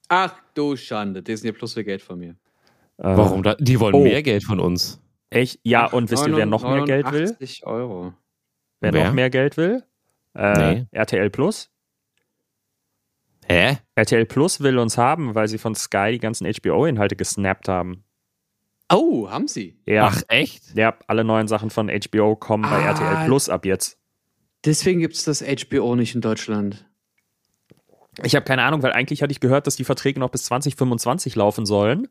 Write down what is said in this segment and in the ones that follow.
Ach du Schande, Disney Plus will Geld von mir. Warum? Die wollen mehr Geld von uns. Echt? Ja, und wisst ihr, wer noch mehr Geld will? 89 €. Wer noch mehr Geld will? Nee. RTL Plus. Hä? RTL Plus will uns haben, weil sie von Sky die ganzen HBO-Inhalte gesnappt haben. Oh, haben sie? Ja. Ach, echt? Ja, alle neuen Sachen von HBO kommen bei RTL Plus ab jetzt. Deswegen gibt es das HBO nicht in Deutschland. Ich habe keine Ahnung, weil eigentlich hatte ich gehört, dass die Verträge noch bis 2025 laufen sollen.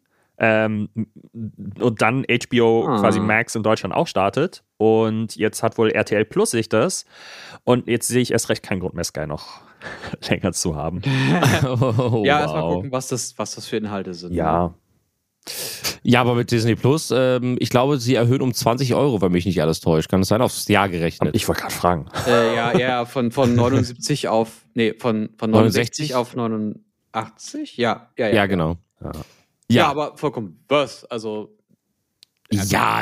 Und dann HBO quasi Max in Deutschland auch startet. Und jetzt hat wohl RTL Plus sich das. Und jetzt sehe ich erst recht keinen Grund mehr, Sky noch länger zu haben. Ja, erstmal gucken, was das für Inhalte sind. Ja. Ja, aber mit Disney Plus, ich glaube, sie erhöhen um 20 €, wenn mich nicht alles täuscht. Kann das sein? Aufs Jahr gerechnet. Ich wollte gerade fragen. Ja, von 79 auf, von 69 auf 89? Ja. Ja, genau. Ja, aber vollkommen worth. Also. Ja,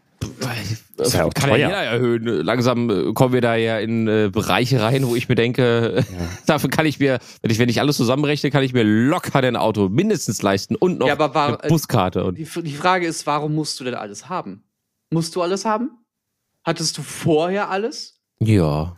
ist ja auch kann teuer. ja jeder erhöhen. Langsam kommen wir da ja in Bereiche rein, wo ich mir denke, dafür kann ich mir, wenn ich alles zusammenrechne, kann ich mir locker ein Auto mindestens leisten und noch eine Buskarte. Und die Frage ist, warum musst du denn alles haben? Musst du alles haben? Hattest du vorher alles? Ja.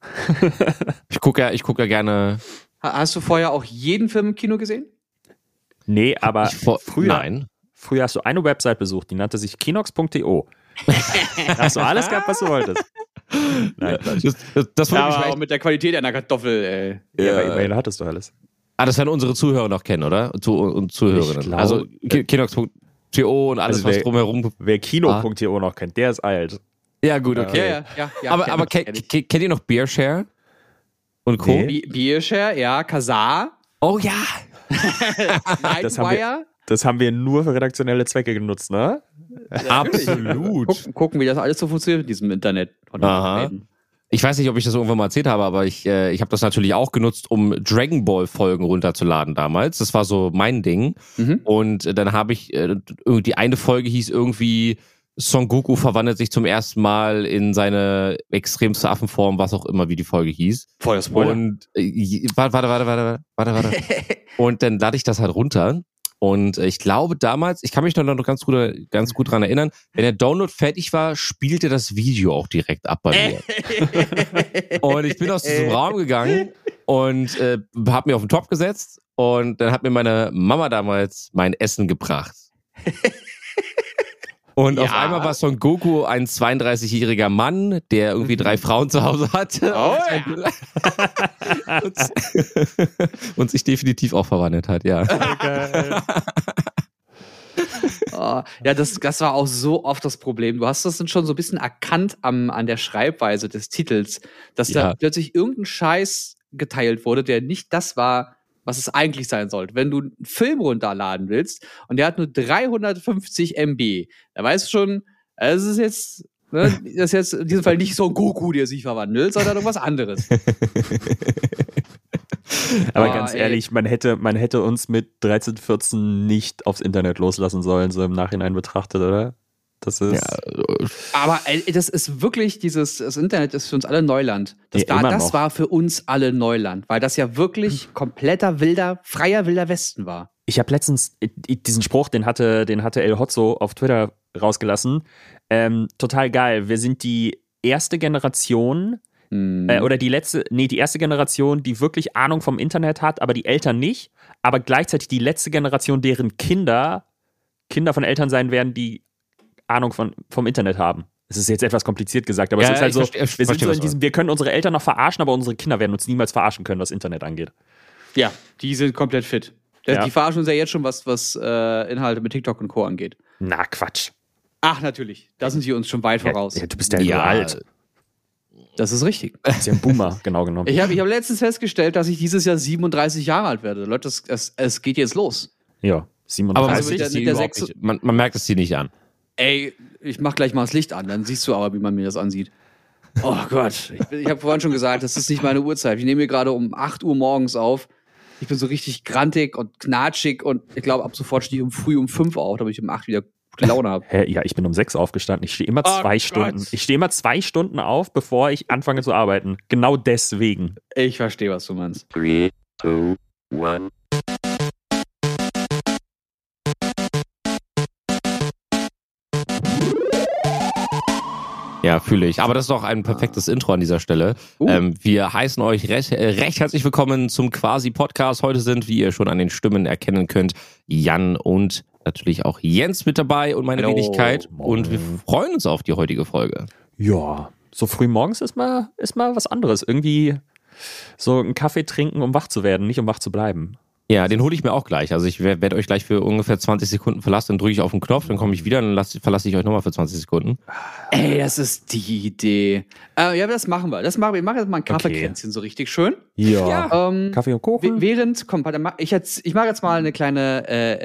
Ich guck ja gerne. Hast du vorher auch jeden Film im Kino gesehen? Nee, aber Nein. Früher hast du eine Website besucht, die nannte sich kinox.to. Da hast du alles gehabt, was du wolltest. Nein, das ja, aber auch mit der Qualität einer Kartoffel, ey. Ja, bei E-Mail hattest du alles. Das werden unsere Zuhörer noch kennen, oder? Und Zuhörerinnen. Also kinox.to und alles, was drumherum. Wer Kino.to noch kennt, der ist alt. Ja, gut, okay. Ja, aber kennt ihr noch Beershare? Und Co.? Nee. Beershare, ja, Kazaa. Oh ja! Nightwire. Das haben wir nur für redaktionelle Zwecke genutzt, ne? Absolut. Gucken, wie das alles so funktioniert mit diesem Internet. Aha. Ich weiß nicht, ob ich das irgendwann mal erzählt habe, aber ich habe das natürlich auch genutzt, um Dragon Ball Folgen runterzuladen damals. Das war so mein Ding. Und dann habe ich, die eine Folge hieß irgendwie, Son Goku verwandelt sich zum ersten Mal in seine extremste Affenform, was auch immer, wie die Folge hieß. Voll Spoiler. Und warte. Und dann lade ich das halt runter. Und ich glaube damals, ich kann mich noch ganz gut dran erinnern, wenn der Download fertig war, spielte das Video auch direkt ab bei mir. Und ich bin aus diesem Raum gegangen und habe mir auf den Topf gesetzt und dann hat mir meine Mama damals mein Essen gebracht. Und auf einmal war Son Goku ein 32-jähriger Mann, der irgendwie 3 Frauen zu Hause hatte. Oh, und sich definitiv auch verwandelt hat, ja. Geil. Ja, das war auch so oft das Problem. Du hast das dann schon so ein bisschen erkannt an der Schreibweise des Titels, dass da plötzlich irgendein Scheiß geteilt wurde, der nicht das war, was es eigentlich sein sollte. Wenn du einen Film runterladen willst und der hat nur 350 MB, da weißt du schon, das ist jetzt in diesem Fall nicht so ein Goku, der sich verwandelt, sondern irgendwas anderes. Aber ganz ehrlich, man hätte uns mit 13, 14 nicht aufs Internet loslassen sollen, so im Nachhinein betrachtet, oder? Das ist. Ja, aber das ist wirklich das Internet ist für uns alle Neuland. Das war für uns alle Neuland, weil das ja wirklich kompletter freier wilder Westen war. Ich habe letztens diesen Spruch, den hatte El Hotzo auf Twitter rausgelassen. Total geil. Wir sind die erste Generation oder die erste Generation, die wirklich Ahnung vom Internet hat, aber die Eltern nicht. Aber gleichzeitig die letzte Generation, deren Kinder von Eltern sein werden, die Ahnung vom Internet haben. Das ist jetzt etwas kompliziert gesagt, aber es ist halt so, wir sind so in diesem, wir können unsere Eltern noch verarschen, aber unsere Kinder werden uns niemals verarschen können, was Internet angeht. Ja, die sind komplett fit. Die verarschen uns ja jetzt schon, was Inhalte mit TikTok und Co. angeht. Na, Quatsch. Ach, natürlich. Da sind sie uns schon weit voraus. Ja, du bist ja nur alt. Das ist richtig. Das ist ja ein Boomer, genau genommen. Ich hab letztens festgestellt, dass ich dieses Jahr 37 Jahre alt werde. Leute, es geht jetzt los. Ja, 37. Aber man merkt es dir nicht an. Ey, ich mach gleich mal das Licht an, dann siehst du aber, wie man mir das ansieht. Oh Gott, ich habe vorhin schon gesagt, das ist nicht meine Uhrzeit. Ich nehme hier gerade um 8 Uhr morgens auf. Ich bin so richtig grantig und knatschig und ich glaube, ab sofort stehe ich früh um 5 auf, damit ich um 8 wieder gute Laune habe. Ja, ich bin um 6 aufgestanden. Ich stehe immer 2 Stunden. Ich stehe immer 2 Stunden auf, bevor ich anfange zu arbeiten. Genau deswegen. Ich verstehe, was du meinst. 3, 2, 1. Ja, fühle ich. Aber das ist doch ein perfektes Intro an dieser Stelle. Wir heißen euch recht herzlich willkommen zum Quasi-Podcast. Heute sind, wie ihr schon an den Stimmen erkennen könnt, Jan und natürlich auch Jens mit dabei und meine Wenigkeit. Und wir freuen uns auf die heutige Folge. Ja, so früh morgens ist mal was anderes. Irgendwie so einen Kaffee trinken, um wach zu werden, nicht um wach zu bleiben. Ja, den hole ich mir auch gleich. Also ich werde euch gleich für ungefähr 20 Sekunden verlassen, dann drücke ich auf den Knopf, dann komme ich wieder, dann verlasse ich euch nochmal für 20 Sekunden. Ey, das ist die Idee. Ja, das machen wir. Wir machen jetzt mal ein Kaffeekränzchen so richtig schön. Ja. Kaffee und Kuchen. Ich mache jetzt mal eine kleine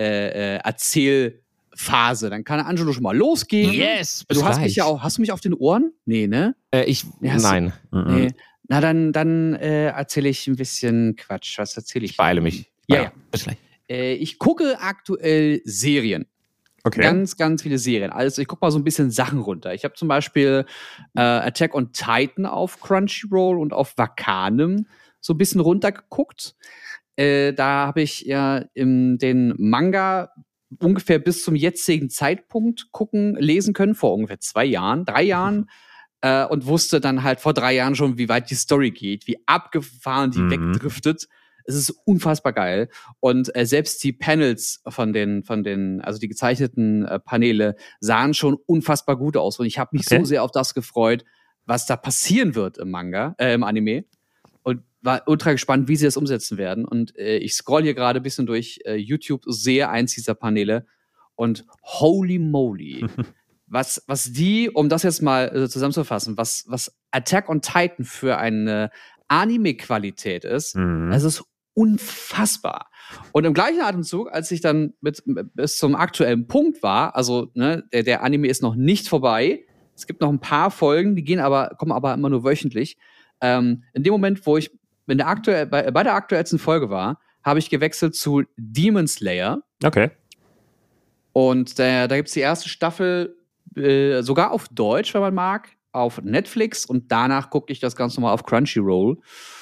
Erzählphase. Dann kann Angelo schon mal losgehen. Yes, du hast mich ja auch. Hast du mich auf den Ohren? Nee, ne? Nein. Nee. Na, dann erzähle ich ein bisschen Quatsch. Was erzähle ich? Ich beeile mich. Ja. Bis gleich. Ich gucke aktuell Serien. Okay. Ganz, ganz viele Serien. Also ich gucke mal so ein bisschen Sachen runter. Ich habe zum Beispiel Attack on Titan auf Crunchyroll und auf Wakanim so ein bisschen runtergeguckt. Da habe ich ja den Manga ungefähr bis zum jetzigen Zeitpunkt lesen können, vor ungefähr 3 Jahren. Und wusste dann halt vor 3 Jahren schon, wie weit die Story geht, wie abgefahren die wegdriftet. Es ist unfassbar geil. Und selbst die Panels von den, also die gezeichneten Paneele sahen schon unfassbar gut aus. Und ich habe mich so sehr auf das gefreut, was da passieren wird im Anime. Und war ultra gespannt, wie sie das umsetzen werden. Und ich scroll hier gerade ein bisschen durch YouTube, sehe eins dieser Paneele. Und holy moly. Was die, um das jetzt mal zusammenzufassen, was Attack on Titan für eine Anime-Qualität ist, es ist unfassbar. Und im gleichen Atemzug, als ich dann bis zum aktuellen Punkt war, also ne, der Anime ist noch nicht vorbei, es gibt noch ein paar Folgen, die kommen aber immer nur wöchentlich. In dem Moment, wo ich bei der aktuellsten Folge war, habe ich gewechselt zu Demon Slayer. Okay. Und da gibt's die erste Staffel sogar auf Deutsch, wenn man mag, auf Netflix, und danach gucke ich das Ganze nochmal auf Crunchyroll.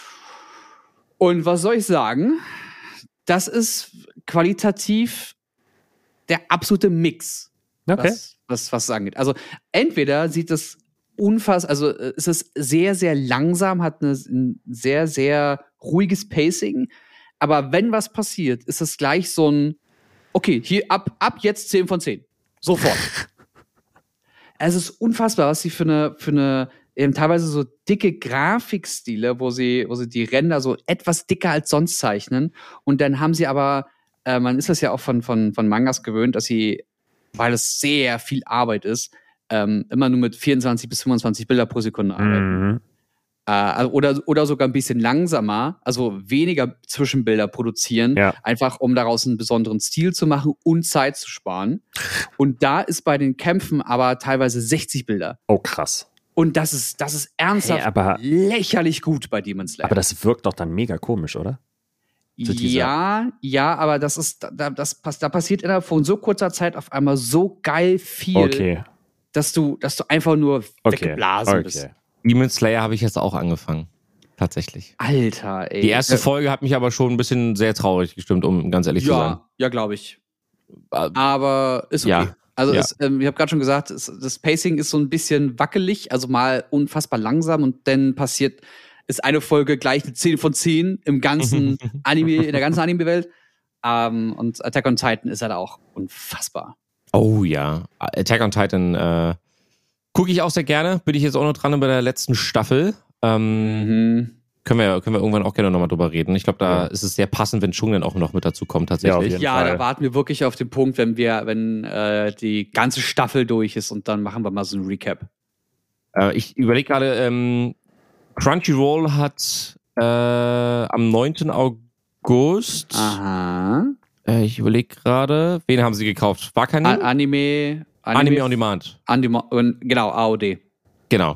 Und was soll ich sagen? Das ist qualitativ der absolute Mix, was es angeht. Also entweder sieht es ist es sehr, sehr langsam, hat ein sehr, sehr ruhiges Pacing, aber wenn was passiert, ist es gleich so ein, okay, hier ab jetzt 10 von 10. Sofort. Es ist unfassbar, was sie für eine eben teilweise so dicke Grafikstile, wo sie die Ränder so etwas dicker als sonst zeichnen. Und dann haben sie aber, man ist das ja auch von Mangas gewöhnt, dass sie, weil es sehr viel Arbeit ist, immer nur mit 24 bis 25 Bilder pro Sekunde arbeiten. Oder sogar ein bisschen langsamer, also weniger Zwischenbilder produzieren, einfach um daraus einen besonderen Stil zu machen und Zeit zu sparen. Und da ist bei den Kämpfen aber teilweise 60 Bilder. Oh, krass. Und das ist ernsthaft lächerlich gut bei Demon Slayer. Aber das wirkt doch dann mega komisch, oder? Ja, aber da passiert innerhalb von so kurzer Zeit auf einmal so geil viel, dass du einfach nur weggeblasen bist. Demon Slayer habe ich jetzt auch angefangen. Tatsächlich. Alter, ey. Die erste Folge hat mich aber schon ein bisschen sehr traurig gestimmt, um ganz ehrlich zu sein. Ja, glaube ich. Aber ist okay. Ja. Also ich habe gerade schon gesagt, das Pacing ist so ein bisschen wackelig, also mal unfassbar langsam, und dann ist eine Folge gleich eine 10 von 10 im ganzen Anime, in der ganzen Anime-Welt. Und Attack on Titan ist halt auch unfassbar. Oh ja. Attack on Titan gucke ich auch sehr gerne. Bin ich jetzt auch noch dran bei der letzten Staffel. Können wir irgendwann auch gerne nochmal drüber reden. Ich glaube, da ist es sehr passend, wenn Shungen auch noch mit dazu kommt, tatsächlich. Ja, da warten wir wirklich auf den Punkt, wenn die ganze Staffel durch ist, und dann machen wir mal so ein Recap. Ich überlege gerade, Crunchyroll hat am 9. August. Aha. Ich überlege gerade, wen haben sie gekauft? Wakanim? Anime on Demand. Genau, AOD. Genau.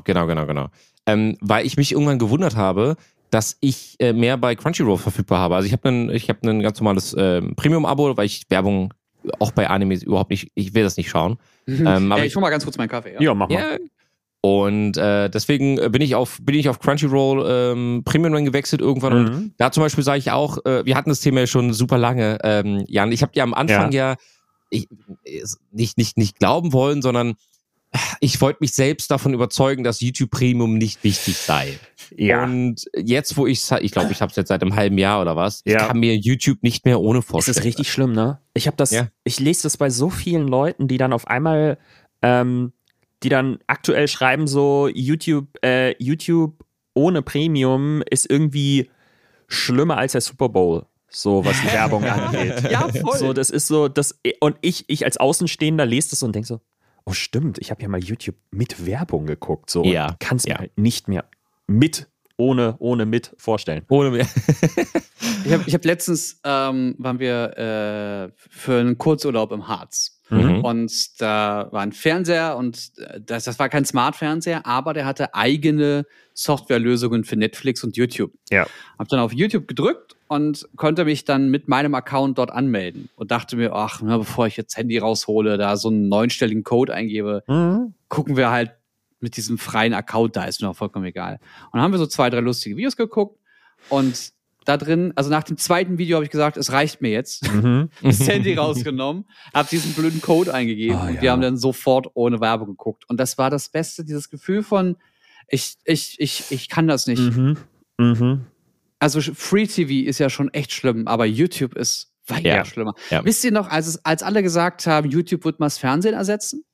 Weil ich mich irgendwann gewundert habe, dass ich mehr bei Crunchyroll verfügbar habe. Also ich habe ein ganz normales Premium-Abo, weil ich Werbung auch bei Animes überhaupt nicht, ich will das nicht schauen. Aber ich hol mal ganz kurz meinen Kaffee. Ja, mach mal. Und deswegen bin ich auf Crunchyroll Premium dann gewechselt irgendwann. Und da zum Beispiel sage ich auch, wir hatten das Thema ja schon super lange, Jan. Ich habe dir am Anfang nicht glauben wollen, sondern ich wollte mich selbst davon überzeugen, dass YouTube Premium nicht wichtig sei. Ja. Und jetzt, wo ich glaube, ich habe es jetzt seit einem halben Jahr oder was, ich kann mir YouTube nicht mehr ohne vorstellen. Das ist richtig schlimm, ne? Ich lese das bei so vielen Leuten, die dann auf einmal, die dann aktuell schreiben so, YouTube ohne Premium ist irgendwie schlimmer als der Super Bowl. So, was die Werbung angeht. Ja, voll. So, das ist so, und ich als Außenstehender lese das so und denke so, oh stimmt, ich habe ja mal YouTube mit Werbung geguckt. So, und kann es mir halt nicht mehr ohne mit vorstellen. Ohne mehr. Ich hab letztens, waren wir für einen Kurzurlaub im Harz. Und da war ein Fernseher und das war kein Smart-Fernseher, aber der hatte eigene Softwarelösungen für Netflix und YouTube. Ja. Hab dann auf YouTube gedrückt und konnte mich dann mit meinem Account dort anmelden und dachte mir, bevor ich jetzt Handy raushole, da so einen 9-stelligen Code eingebe, gucken wir halt mit diesem freien Account, da ist mir auch vollkommen egal. Und dann haben wir so 2, 3 lustige Videos geguckt und da drin, also nach dem zweiten Video habe ich gesagt, es reicht mir jetzt. Das Handy rausgenommen, habe diesen blöden Code eingegeben und wir haben dann sofort ohne Werbung geguckt. Und das war das Beste, dieses Gefühl von, ich kann das nicht. Also Free TV ist ja schon echt schlimm, aber YouTube ist weit schlimmer. Ja. Wisst ihr noch, als alle gesagt haben, YouTube wird mal das Fernsehen ersetzen?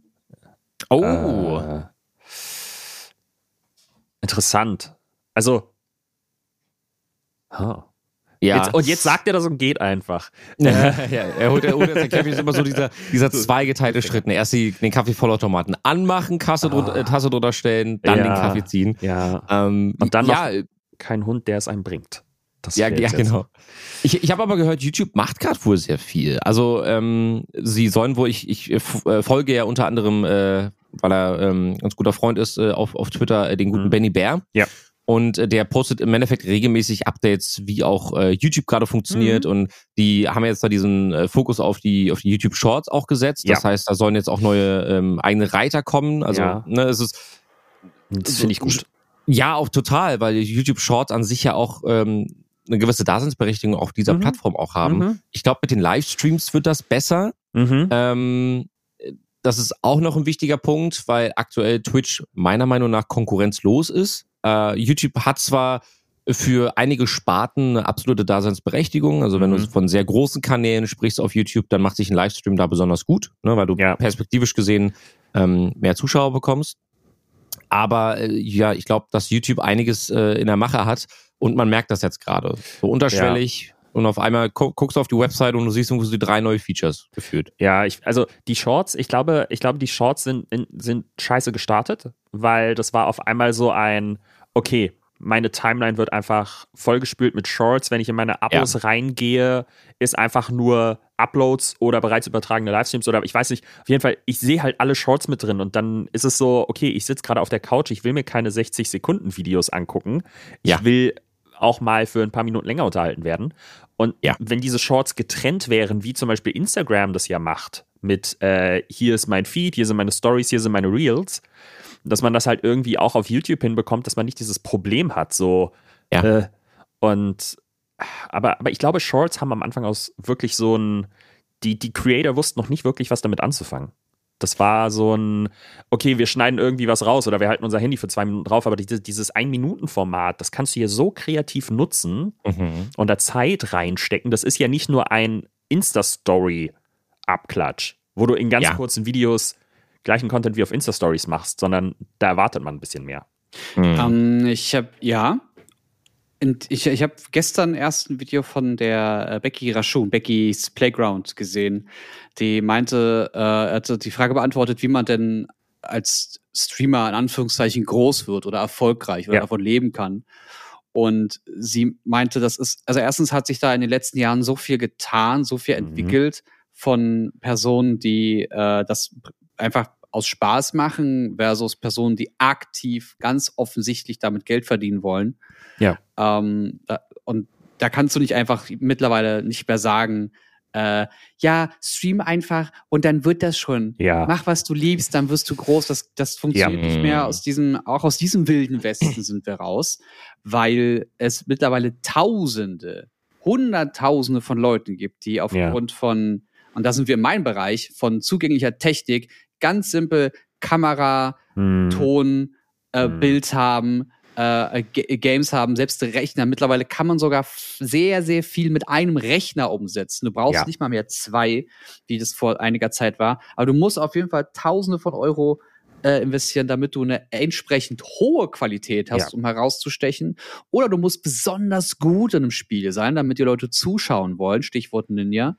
Interessant. Also Ja. Jetzt sagt er das und geht einfach. Er holt jetzt Kaffee, ist immer so dieser zweigeteilte Schritt. Erst den Kaffeevollautomaten anmachen, Tasse drunter stellen, dann den Kaffee ziehen. Ja. Und dann noch kein Hund, der es einem bringt. Genau. Ich habe aber gehört, YouTube macht gerade wohl sehr viel. Also sie sollen wohl, ich folge ja unter anderem, weil er ein ganz guter Freund ist, auf Twitter, den guten Benny Bär. Ja. Und der postet im Endeffekt regelmäßig Updates, wie auch YouTube gerade funktioniert. Und die haben jetzt da diesen Fokus auf die YouTube Shorts auch gesetzt. Das heißt, da sollen jetzt auch neue eigene Reiter kommen. Also, es ist. Das finde ich gut. Ja, auch total, weil YouTube Shorts an sich ja auch eine gewisse Daseinsberechtigung auf dieser Plattform auch haben. Ich glaube, mit den Livestreams wird das besser. Das ist auch noch ein wichtiger Punkt, weil aktuell Twitch meiner Meinung nach konkurrenzlos ist. YouTube hat zwar für einige Sparten eine absolute Daseinsberechtigung. Also wenn du von sehr großen Kanälen sprichst auf YouTube, dann macht sich ein Livestream da besonders gut, ne, weil du perspektivisch gesehen mehr Zuschauer bekommst. Aber ich glaube, dass YouTube einiges in der Mache hat und man merkt das jetzt gerade. So unterschwellig. Und auf einmal guckst du auf die Website und du siehst irgendwie 3 neue Features geführt. Ja, also die Shorts, ich glaube, die Shorts sind scheiße gestartet, weil das war auf einmal so ein, okay, meine Timeline wird einfach vollgespült mit Shorts. Wenn ich in meine Abos reingehe, ist einfach nur Uploads oder bereits übertragene Livestreams oder ich weiß nicht. Auf jeden Fall, ich sehe halt alle Shorts mit drin und dann ist es so, okay, ich sitze gerade auf der Couch, ich will mir keine 60-Sekunden-Videos angucken. Ich will auch mal für ein paar Minuten länger unterhalten werden. Und wenn diese Shorts getrennt wären, wie zum Beispiel Instagram das ja macht, mit hier ist mein Feed, hier sind meine Stories, hier sind meine Reels, dass man das halt irgendwie auch auf YouTube hinbekommt, dass man nicht dieses Problem hat. So. Aber ich glaube, Shorts haben am Anfang aus wirklich so ein, die Creator wussten noch nicht wirklich, was damit anzufangen. Das war so ein, okay, wir schneiden irgendwie was raus oder wir halten unser Handy für 2 Minuten drauf, aber dieses 1-Minuten-Format, das kannst du hier so kreativ nutzen und da Zeit reinstecken. Das ist ja nicht nur ein Insta-Story-Abklatsch, wo du in ganz kurzen Videos gleichen Content wie auf Insta-Stories machst, sondern da erwartet man ein bisschen mehr. Ich habe gestern erst ein Video von der Becky Rashun, Becky's Playground, gesehen. Die meinte, hatte die Frage beantwortet, wie man denn als Streamer in Anführungszeichen groß wird oder erfolgreich oder davon leben kann. Und sie meinte, das ist, also erstens hat sich da in den letzten Jahren so viel getan, so viel entwickelt von Personen, die das einfach aus Spaß machen versus Personen, die aktiv, ganz offensichtlich damit Geld verdienen wollen. Ja. Und da kannst du nicht einfach mittlerweile nicht mehr sagen, stream einfach und dann wird das schon. Ja. Mach, was du liebst, dann wirst du groß. Das funktioniert nicht mehr. Auch aus diesem wilden Westen sind wir raus, weil es mittlerweile Hunderttausende von Leuten gibt, die aufgrund von, und da sind wir in meinem Bereich, von zugänglicher Technik ganz simpel Kamera, Ton, Bild haben, Games haben, selbst Rechner. Mittlerweile kann man sogar sehr, sehr viel mit einem Rechner umsetzen. Du brauchst nicht mal mehr 2, wie das vor einiger Zeit war. Aber du musst auf jeden Fall Tausende von Euro investieren, damit du eine entsprechend hohe Qualität hast, um herauszustechen. Oder du musst besonders gut in einem Spiel sein, damit die Leute zuschauen wollen. Stichwort Ninja.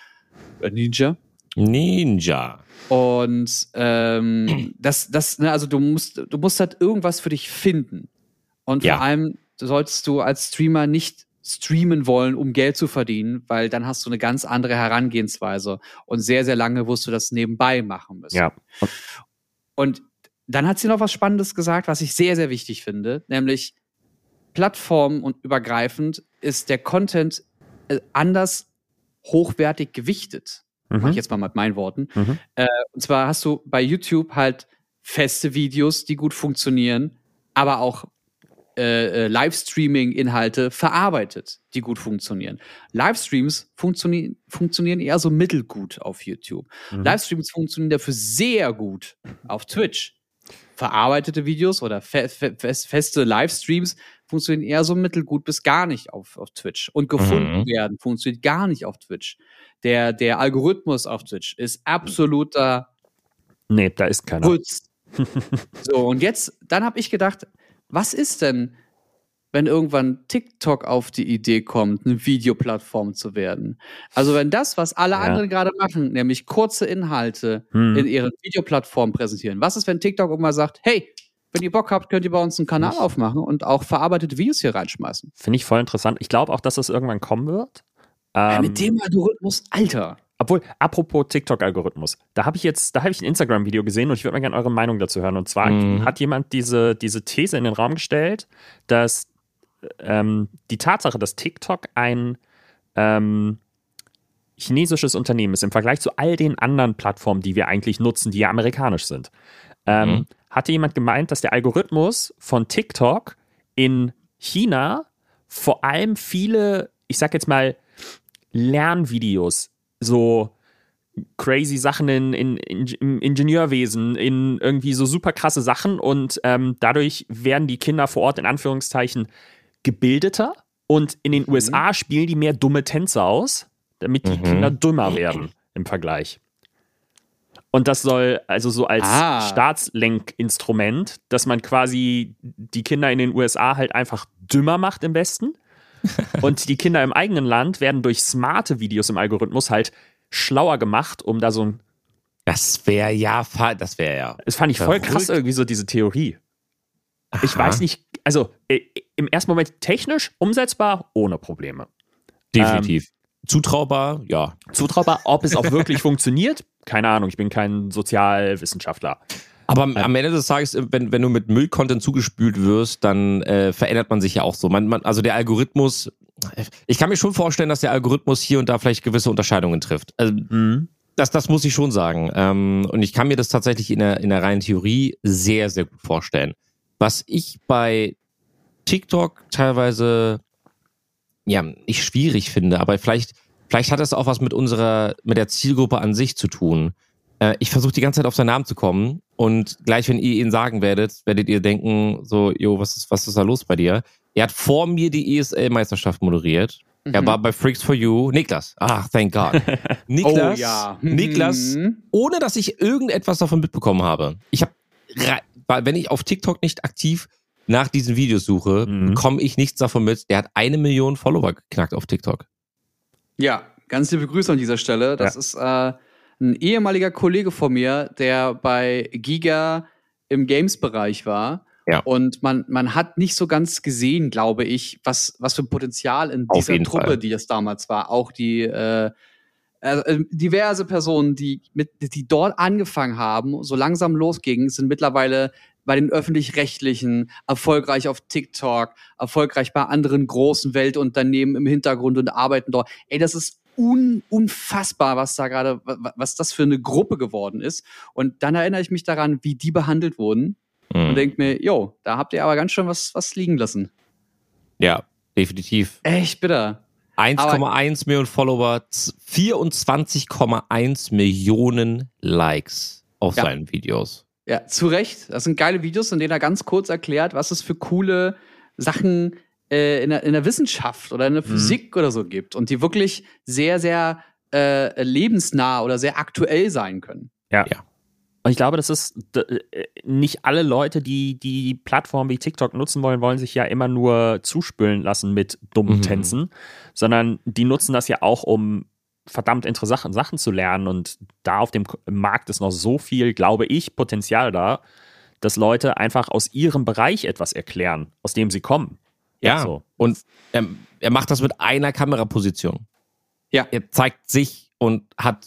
Und also du musst halt irgendwas für dich finden. Und vor allem solltest du als Streamer nicht streamen wollen, um Geld zu verdienen, weil dann hast du eine ganz andere Herangehensweise. Und sehr, sehr lange wirst du das nebenbei machen müssen. Ja. Und dann hat sie noch was Spannendes gesagt, was ich sehr, sehr wichtig finde, nämlich plattform- und übergreifend ist der Content anders hochwertig gewichtet. Mach ich jetzt mal mit meinen Worten. Und zwar hast du bei YouTube halt feste Videos, die gut funktionieren, aber auch Livestreaming-Inhalte verarbeitet, die gut funktionieren. Livestreams funktionieren eher so mittelgut auf YouTube. Livestreams funktionieren dafür sehr gut auf Twitch. Verarbeitete Videos oder feste Livestreams funktionieren eher so mittelgut bis gar nicht auf Twitch. Und gefunden werden funktioniert gar nicht auf Twitch. Der Algorithmus auf Twitch ist absoluter Nee, da ist keiner. Putz. So, und jetzt, dann habe ich gedacht, was ist denn, wenn irgendwann TikTok auf die Idee kommt, eine Videoplattform zu werden? Also wenn das, was alle anderen gerade machen, nämlich kurze Inhalte in ihren Videoplattformen präsentieren, was ist, wenn TikTok irgendwann sagt, hey, wenn ihr Bock habt, könnt ihr bei uns einen Kanal aufmachen und auch verarbeitete Videos hier reinschmeißen? Finde ich voll interessant. Ich glaube auch, dass das irgendwann kommen wird. Mit dem Algorithmus, Alter. Obwohl, apropos TikTok-Algorithmus, da habe ich ein Instagram-Video gesehen und ich würde mal gerne eure Meinung dazu hören. Und zwar hat jemand diese These in den Raum gestellt, dass die Tatsache, dass TikTok ein chinesisches Unternehmen ist im Vergleich zu all den anderen Plattformen, die wir eigentlich nutzen, die ja amerikanisch sind, hatte jemand gemeint, dass der Algorithmus von TikTok in China vor allem viele, ich sag jetzt mal, Lernvideos, so crazy Sachen im Ingenieurwesen, in irgendwie so super krasse Sachen und dadurch werden die Kinder vor Ort in Anführungszeichen gebildeter und in den USA spielen die mehr dumme Tänze aus, damit die Kinder dümmer werden im Vergleich. Und das soll also so als Staatslenkinstrument, dass man quasi die Kinder in den USA halt einfach dümmer macht im Westen. Und die Kinder im eigenen Land werden durch smarte Videos im Algorithmus halt schlauer gemacht, um da so ein... Das wäre ja... Das fand ich voll krass irgendwie so, diese Theorie. Aha. Ich weiß nicht, also im ersten Moment technisch umsetzbar, ohne Probleme. Definitiv. Zutraubar, ja. Zutraubar, ob es auch wirklich funktioniert? Keine Ahnung, ich bin kein Sozialwissenschaftler. Aber am Ende des Tages, wenn du mit Müll-Content zugespült wirst, dann verändert man sich ja auch so. Also der Algorithmus, ich kann mir schon vorstellen, dass der Algorithmus hier und da vielleicht gewisse Unterscheidungen trifft. Also, das muss ich schon sagen. Und ich kann mir das tatsächlich in der reinen Theorie sehr, sehr gut vorstellen. Was ich bei TikTok teilweise nicht schwierig finde, aber vielleicht hat das auch was mit der Zielgruppe an sich zu tun. Ich versuche die ganze Zeit auf seinen Namen zu kommen und gleich, wenn ihr ihn sagen werdet ihr denken, so, was ist da los bei dir? Er hat vor mir die ESL-Meisterschaft moderiert. Er war bei Freaks for You. Niklas. Thank God. Niklas, ohne dass ich irgendetwas davon mitbekommen habe. Wenn ich auf TikTok nicht aktiv nach diesen Videos suche, bekomme ich nichts davon mit. Der hat 1 Million Follower geknackt auf TikTok. Ja, ganz liebe Grüße an dieser Stelle. Das ist ein ehemaliger Kollege von mir, der bei Giga im Games-Bereich war. Ja. Und man hat nicht so ganz gesehen, glaube ich, was für ein Potenzial in dieser Truppe, die es damals war, auch die diverse Personen, die dort angefangen haben, so langsam losgingen, sind mittlerweile bei den Öffentlich-Rechtlichen, erfolgreich auf TikTok, erfolgreich bei anderen großen Weltunternehmen im Hintergrund und arbeiten dort. Ey, das ist unfassbar, was das für eine Gruppe geworden ist. Und dann erinnere ich mich daran, wie die behandelt wurden und denke mir, da habt ihr aber ganz schön was liegen lassen. Ja, definitiv. Echt bitter. 1,1 Millionen Follower, 24,1 Millionen Likes auf seinen Videos. Ja, zu Recht. Das sind geile Videos, in denen er ganz kurz erklärt, was es für coole Sachen in der Wissenschaft oder in der Physik oder so gibt. Und die wirklich sehr, sehr lebensnah oder sehr aktuell sein können. Ja. Und ich glaube, das ist nicht alle Leute, die Plattformen wie TikTok nutzen wollen sich ja immer nur zuspülen lassen mit dummen Tänzen, sondern die nutzen das ja auch, um verdammt interessante Sachen zu lernen. Und da auf dem Markt ist noch so viel, glaube ich, Potenzial da, dass Leute einfach aus ihrem Bereich etwas erklären, aus dem sie kommen. Ja, so. Und er macht das mit einer Kameraposition. Ja. Er zeigt sich und hat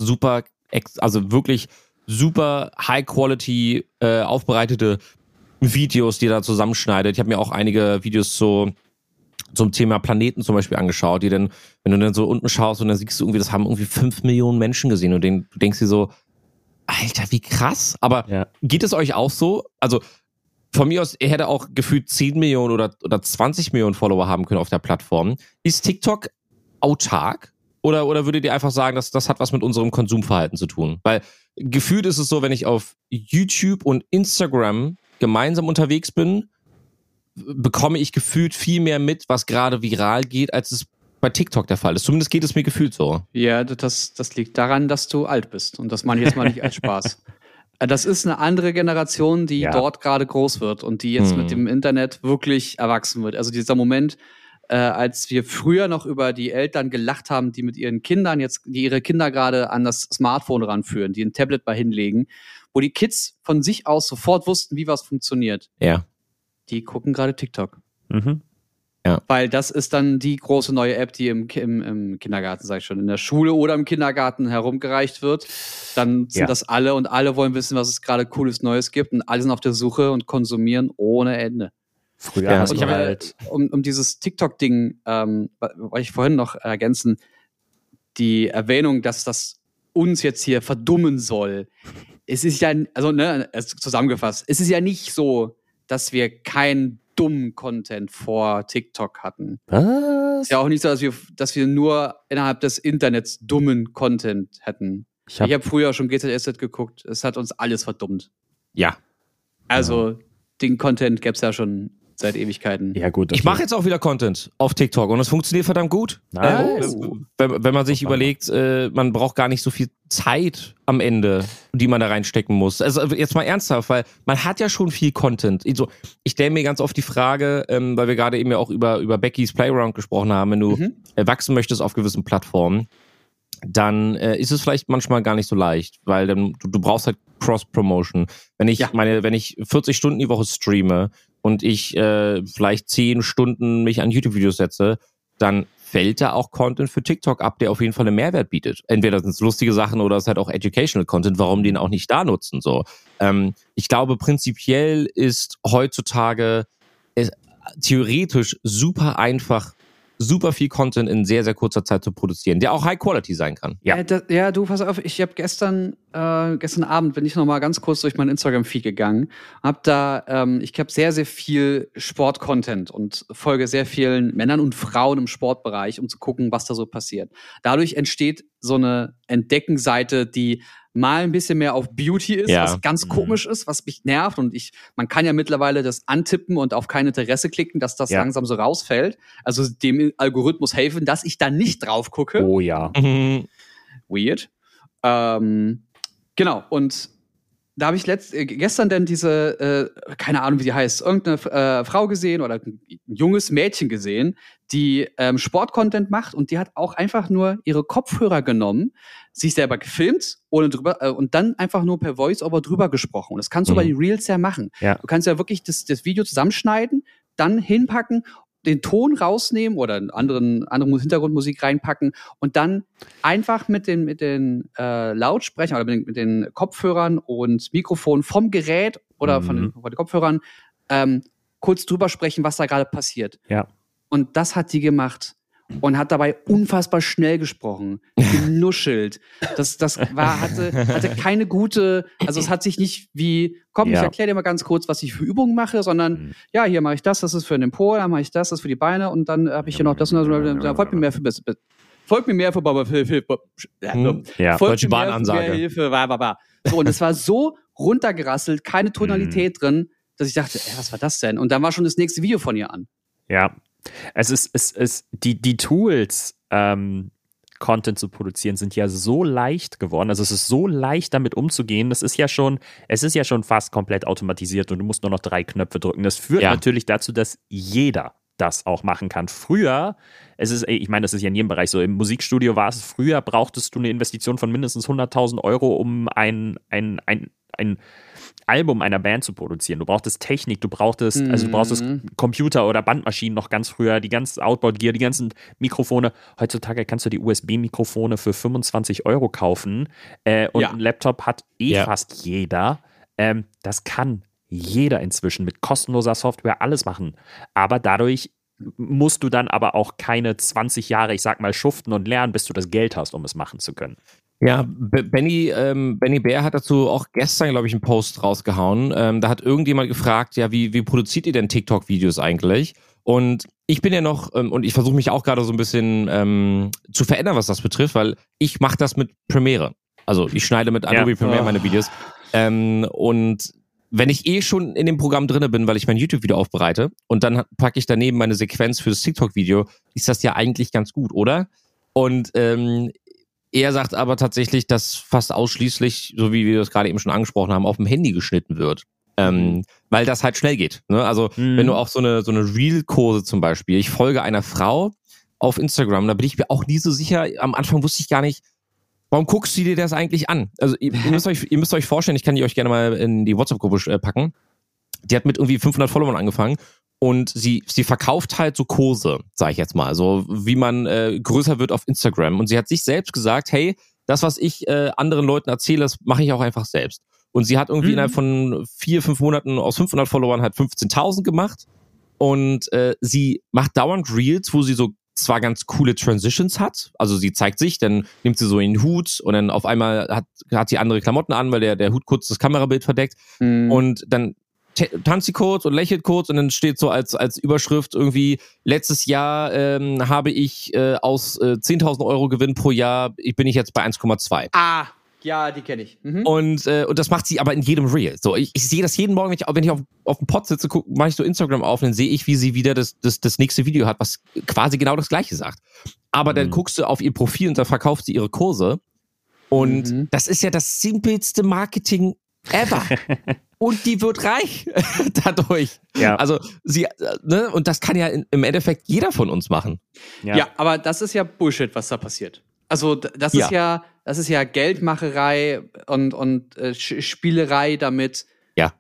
wirklich super High-Quality aufbereitete Videos, die er da zusammenschneidet. Ich habe mir auch einige Videos zum Thema Planeten zum Beispiel angeschaut, die dann, wenn du dann so unten schaust und dann siehst du irgendwie, das haben irgendwie 5 Millionen Menschen gesehen und du denkst dir so, Alter, wie krass. Aber geht es euch auch so? Also von mir aus, er hätte auch gefühlt 10 Millionen oder 20 Millionen Follower haben können auf der Plattform. Ist TikTok autark? Oder würdet ihr einfach sagen, dass das hat was mit unserem Konsumverhalten zu tun? Weil gefühlt ist es so, wenn ich auf YouTube und Instagram gemeinsam unterwegs bin, bekomme ich gefühlt viel mehr mit, was gerade viral geht, als es bei TikTok der Fall ist. Zumindest geht es mir gefühlt so. Ja, das liegt daran, dass du alt bist. Und das meine ich jetzt mal nicht als Spaß. Das ist eine andere Generation, die dort gerade groß wird und die jetzt mit dem Internet wirklich erwachsen wird. Also dieser Moment, als wir früher noch über die Eltern gelacht haben, die mit ihren Kindern die ihre Kinder gerade an das Smartphone ranführen, die ein Tablet mal hinlegen, wo die Kids von sich aus sofort wussten, wie was funktioniert. Ja. Die gucken gerade TikTok. Ja. Weil das ist dann die große neue App, die im Kindergarten, sag ich schon, in der Schule oder im Kindergarten herumgereicht wird. Dann sind das alle und alle wollen wissen, was es gerade Cooles Neues gibt und alle sind auf der Suche und konsumieren ohne Ende. Früher und ich habe um dieses TikTok-Ding, wollte ich vorhin noch ergänzen, die Erwähnung, dass das uns jetzt hier verdummen soll. Es ist ja, zusammengefasst, es ist ja nicht so, dass wir keinen dummen Content vor TikTok hatten. Was? Ist ja auch nicht so, dass wir nur innerhalb des Internets dummen Content hätten. Ich hab früher schon GZSZ geguckt, es hat uns alles verdummt. Ja. Also, den Content gäbe es ja schon seit Ewigkeiten. Ja, gut. Ich mache jetzt auch wieder Content auf TikTok und es funktioniert verdammt gut. Nice. Wenn man sich überlegt, man braucht gar nicht so viel Zeit am Ende, die man da reinstecken muss. Also jetzt mal ernsthaft, weil man hat ja schon viel Content. Also, ich stelle mir ganz oft die Frage, weil wir gerade eben ja auch über Becky's Playground gesprochen haben, wenn du wachsen möchtest auf gewissen Plattformen, dann ist es vielleicht manchmal gar nicht so leicht, weil dann, du brauchst halt Cross-Promotion. Wenn ich 40 Stunden die Woche streame und ich vielleicht 10 Stunden mich an YouTube-Videos setze, dann fällt da auch Content für TikTok ab, der auf jeden Fall einen Mehrwert bietet. Entweder sind es lustige Sachen oder es ist halt auch Educational Content, warum den auch nicht da nutzen. So, ich glaube, prinzipiell ist heutzutage theoretisch super einfach, super viel Content in sehr, sehr kurzer Zeit zu produzieren, der auch High Quality sein kann. Ja, du, pass auf, ich habe gestern Abend bin ich noch mal ganz kurz durch meinen Instagram-Feed gegangen, ich habe sehr, sehr viel Sport-Content und folge sehr vielen Männern und Frauen im Sportbereich, um zu gucken, was da so passiert. Dadurch entsteht so eine Entdeckenseite, die mal ein bisschen mehr auf Beauty ist, was ganz komisch ist, was mich nervt und man kann ja mittlerweile das antippen und auf kein Interesse klicken, dass das langsam so rausfällt. Also dem Algorithmus helfen, dass ich da nicht drauf gucke. Oh ja. Weird. Genau, und da habe ich gestern dann diese, keine Ahnung, wie die heißt, irgendeine Frau gesehen oder ein junges Mädchen gesehen, die Sport-Content macht und die hat auch einfach nur ihre Kopfhörer genommen, sich selber gefilmt und dann einfach nur per Voice-Over drüber gesprochen. Und das kannst du bei den Reels ja machen. Ja. Du kannst ja wirklich das Video zusammenschneiden, dann hinpacken, den Ton rausnehmen oder andere Hintergrundmusik reinpacken und dann einfach mit den Lautsprechern oder mit den Kopfhörern und Mikrofonen vom Gerät oder von den Kopfhörern kurz drüber sprechen, was da gerade passiert. Ja. Und das hat die gemacht und hat dabei unfassbar schnell gesprochen, genuschelt. Das hatte keine gute, also es hat sich nicht wie, komm, ich erkläre dir mal ganz kurz, was ich für Übungen mache, sondern hier mache ich das ist für den Po, dann mache ich das ist für die Beine und dann habe ich hier noch das und das, da folgt mir mehr für Hilfe. Folgt mir mehr für Hilfe. Deutsche Bahn-Ansage. So, und es war so runtergerasselt, keine Tonalität drin, dass ich dachte, was war das denn? Und dann war schon das nächste Video von ihr an. Ja, es ist die Tools, Content zu produzieren, sind ja so leicht geworden. Also es ist so leicht, damit umzugehen. Es ist ja schon fast komplett automatisiert und du musst nur noch 3 Knöpfe drücken. Das führt natürlich dazu, dass jeder das auch machen kann. Früher, ich meine, das ist ja in jedem Bereich so, im Musikstudio war es, früher brauchtest du eine Investition von mindestens 100.000 Euro, um ein Album einer Band zu produzieren. Du brauchtest Technik, du brauchtest Computer oder Bandmaschinen noch ganz früher, die ganze Outboard-Gear, die ganzen Mikrofone. Heutzutage kannst du die USB-Mikrofone für 25 Euro kaufen und einen Laptop hat fast jeder. Das kann jeder inzwischen mit kostenloser Software alles machen. Aber dadurch musst du dann aber auch keine 20 Jahre, ich sag mal, schuften und lernen, bis du das Geld hast, um es machen zu können. Ja, Benny Bär hat dazu auch gestern, glaube ich, einen Post rausgehauen. Da hat irgendjemand gefragt, ja, wie produziert ihr denn TikTok-Videos eigentlich? Und ich bin ja noch, und ich versuche mich auch gerade so ein bisschen zu verändern, was das betrifft, weil ich mache das mit Premiere. Also ich schneide mit Adobe Premiere meine Videos. Und wenn ich schon in dem Programm drinne bin, weil ich mein YouTube-Video aufbereite und dann packe ich daneben meine Sequenz für das TikTok-Video, ist das ja eigentlich ganz gut, oder? Und er sagt aber tatsächlich, dass fast ausschließlich, so wie wir das gerade eben schon angesprochen haben, auf dem Handy geschnitten wird. Weil das halt schnell geht. Ne? Also wenn du auch so eine Reel-Kurse zum Beispiel, ich folge einer Frau auf Instagram, da bin ich mir auch nie so sicher, am Anfang wusste ich gar nicht, warum guckst du dir das eigentlich an? Also ihr müsst euch vorstellen, ich kann die euch gerne mal in die WhatsApp-Gruppe packen. Die hat mit irgendwie 500 Followern angefangen und sie verkauft halt so Kurse, sag ich jetzt mal, so wie man größer wird auf Instagram. Und sie hat sich selbst gesagt, hey, das, was ich anderen Leuten erzähle, das mache ich auch einfach selbst. Und sie hat irgendwie innerhalb von 4-5 Monaten aus 500 Followern halt 15.000 gemacht. Und sie macht dauernd Reels, wo sie so zwar ganz coole Transitions hat, also sie zeigt sich, dann nimmt sie so einen Hut und dann auf einmal hat sie andere Klamotten an, weil der Hut kurz das Kamerabild verdeckt und dann tanzt sie kurz und lächelt kurz und dann steht so als Überschrift irgendwie, letztes Jahr habe ich aus 10.000 Euro Gewinn pro Jahr, bin ich jetzt bei 1,2. Ja, die kenne ich. Und das macht sie aber in jedem Reel. So, ich sehe das jeden Morgen, wenn ich auf dem Pod sitze, mache ich so Instagram auf und dann sehe ich, wie sie wieder das nächste Video hat, was quasi genau das Gleiche sagt. Aber dann guckst du auf ihr Profil und da verkauft sie ihre Kurse. Und das ist ja das simpelste Marketing ever. Und die wird reich dadurch. Ja. Also und das kann ja im Endeffekt jeder von uns machen. Ja, aber das ist ja Bullshit, was da passiert. Also das ist ja Geldmacherei und Spielerei damit. Ja.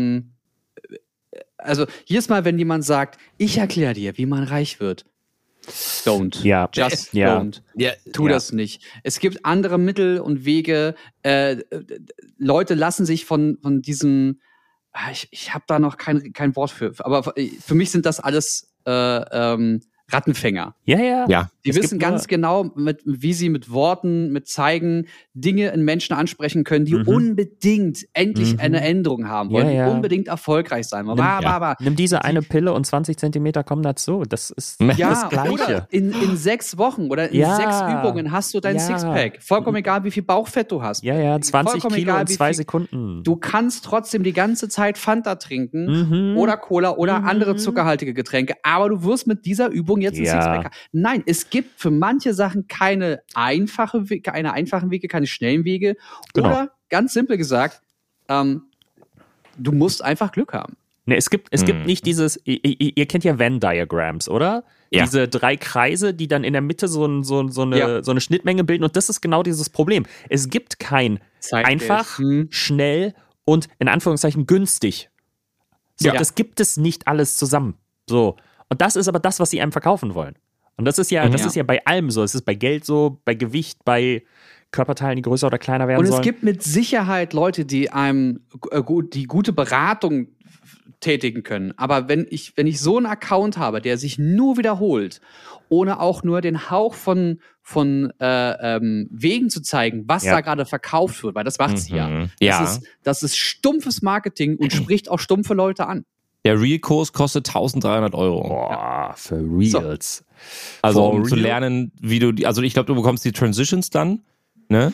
Also jedes Mal, wenn jemand sagt, ich erkläre dir, wie man reich wird, don't. Ja. Just don't. Ja. Tu das nicht. Es gibt andere Mittel und Wege. Leute lassen sich von diesem, ich habe da noch kein Wort für, aber für mich sind das alles Rattenfänger. Ja. Die wissen ganz genau, wie sie mit Worten, mit Zeigen Dinge in Menschen ansprechen können, die unbedingt endlich eine Änderung haben wollen, die unbedingt erfolgreich sein wollen. Nimm diese eine Pille und 20 Zentimeter kommen dazu. Das ist das Gleiche. Oder in 6 Wochen oder in 6 Übungen hast du dein Sixpack. Vollkommen egal, wie viel Bauchfett du hast. 20 Kilo in 2 Sekunden. Du kannst trotzdem die ganze Zeit Fanta trinken oder Cola oder andere zuckerhaltige Getränke, aber du wirst mit dieser Übung jetzt ein Sixpack haben. Nein, es gibt für manche Sachen keine einfachen Wege, keine schnellen Wege. Genau. Oder, ganz simpel gesagt, du musst einfach Glück haben. Ne, es gibt nicht dieses, ihr kennt ja Venn-Diagrams, oder? Ja. Diese 3 Kreise, die dann in der Mitte so eine Schnittmenge bilden. Und das ist genau dieses Problem. Es gibt kein einfach, schnell und in Anführungszeichen günstig. So, das gibt es nicht alles zusammen. So. Und das ist aber das, was sie einem verkaufen wollen. Und das ist ja bei allem so. Es ist bei Geld so, bei Gewicht, bei Körperteilen, die größer oder kleiner werden sollen. Und es gibt mit Sicherheit Leute, die einem die gute Beratung tätigen können. Aber wenn ich so einen Account habe, der sich nur wiederholt, ohne auch nur den Hauch von Wegen zu zeigen, was da gerade verkauft wird, weil das macht sie ja. Das ist stumpfes Marketing und spricht auch stumpfe Leute an. Der Reel-Kurs kostet 1.300 Euro. Boah, für Reels. So. Also um zu lernen, wie du also ich glaube, du bekommst die Transitions dann, ne?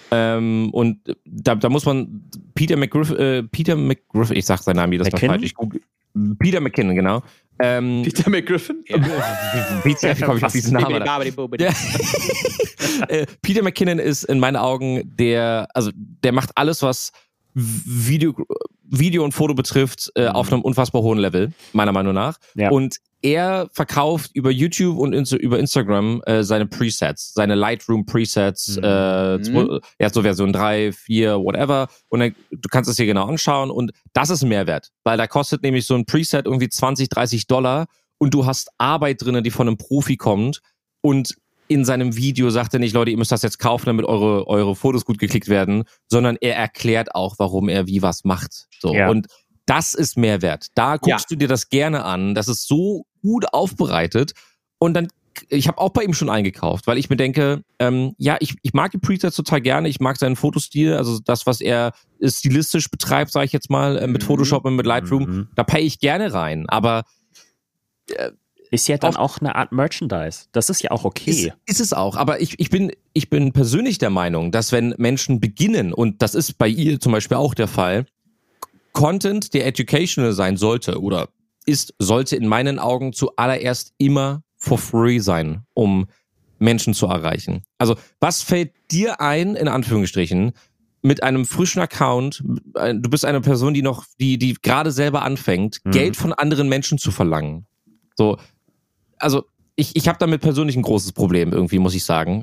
Und da muss man Peter McGriff, ich sag seinen Namen jedes Mal falsch. Peter McKinnon, genau. Peter McGriffin? Ja. Wie komme ich auf diesen Namen? Peter McKinnon ist in meinen Augen der macht alles, was Video und Foto betrifft, auf einem unfassbar hohen Level, meiner Meinung nach. Ja. Und er verkauft über YouTube und über Instagram seine Presets, seine Lightroom Presets, so Version 3, 4, whatever. Und dann, du kannst es dir genau anschauen und das ist ein Mehrwert, weil da kostet nämlich so ein Preset irgendwie $20, $30 und du hast Arbeit drin, die von einem Profi kommt und in seinem Video sagt er nicht, Leute, ihr müsst das jetzt kaufen, damit eure Fotos gut geklickt werden, sondern er erklärt auch, warum er wie was macht. So. Ja. Und das ist Mehrwert. Da guckst du dir das gerne an. Das ist so gut aufbereitet. Und dann, ich habe auch bei ihm schon eingekauft, weil ich mir denke, ich mag die Presets total gerne. Ich mag seinen Fotostil, also das, was er stilistisch betreibt, sage ich jetzt mal, mit Photoshop und mit Lightroom. Da pay ich gerne rein. Aber ist ja dann auch eine Art Merchandise. Das ist ja auch okay. Ist es auch. Aber ich bin persönlich der Meinung, dass wenn Menschen beginnen, und das ist bei ihr zum Beispiel auch der Fall, Content, der educational sein sollte oder sollte in meinen Augen zuallererst immer for free sein, um Menschen zu erreichen. Also was fällt dir ein, in Anführungsstrichen, mit einem frischen Account, du bist eine Person, die gerade selber anfängt, Geld von anderen Menschen zu verlangen. So, also ich habe damit persönlich ein großes Problem irgendwie, muss ich sagen.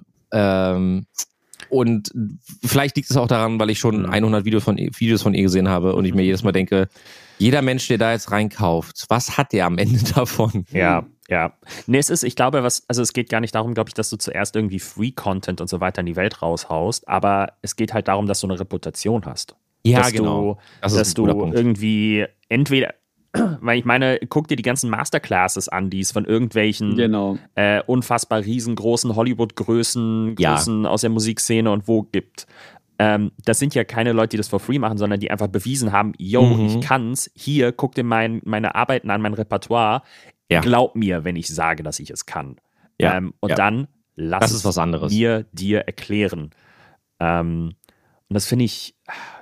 Und vielleicht liegt es auch daran, weil ich schon 100 Videos von ihr gesehen habe und ich mir jedes Mal denke, jeder Mensch, der da jetzt reinkauft, was hat der am Ende davon? Ja. Nee, ich glaube, es geht gar nicht darum, glaube ich, dass du zuerst irgendwie Free-Content und so weiter in die Welt raushaust, aber es geht halt darum, dass du eine Reputation hast. Ja, genau. Dass du irgendwie entweder, weil ich meine, guck dir die ganzen Masterclasses an, die es von irgendwelchen unfassbar riesengroßen Hollywood-Größen aus der Musikszene und wo gibt. Das sind ja keine Leute, die das for free machen, sondern die einfach bewiesen haben, ich kann's. Hier, guck dir meine Arbeiten an, mein Repertoire. Ja. Glaub mir, wenn ich sage, dass ich es kann. Dann lass es mir dir erklären. Und das finde ich,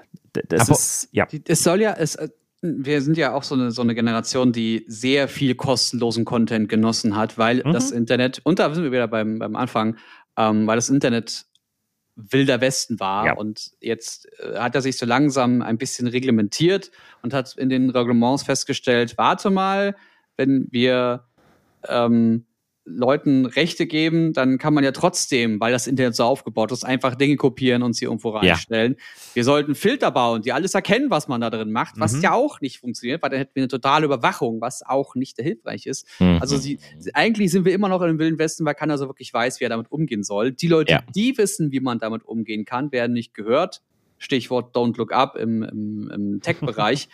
wir sind ja auch so eine Generation, die sehr viel kostenlosen Content genossen hat, weil das Internet, und da sind wir wieder beim Anfang, weil das Internet wilder Westen war. Ja. Und jetzt hat er sich so langsam ein bisschen reglementiert und hat in den Reglements festgestellt, warte mal, wenn wir Leuten Rechte geben, dann kann man ja trotzdem, weil das Internet so aufgebaut ist, einfach Dinge kopieren und sie irgendwo reinstellen. Ja. Wir sollten Filter bauen, die alles erkennen, was man da drin macht, was ja auch nicht funktioniert, weil dann hätten wir eine totale Überwachung, was auch nicht hilfreich ist. Also eigentlich sind wir immer noch im Wilden Westen, weil keiner so wirklich weiß, wie er damit umgehen soll. Die Leute, die wissen, wie man damit umgehen kann, werden nicht gehört. Stichwort Don't Look Up im Tech-Bereich.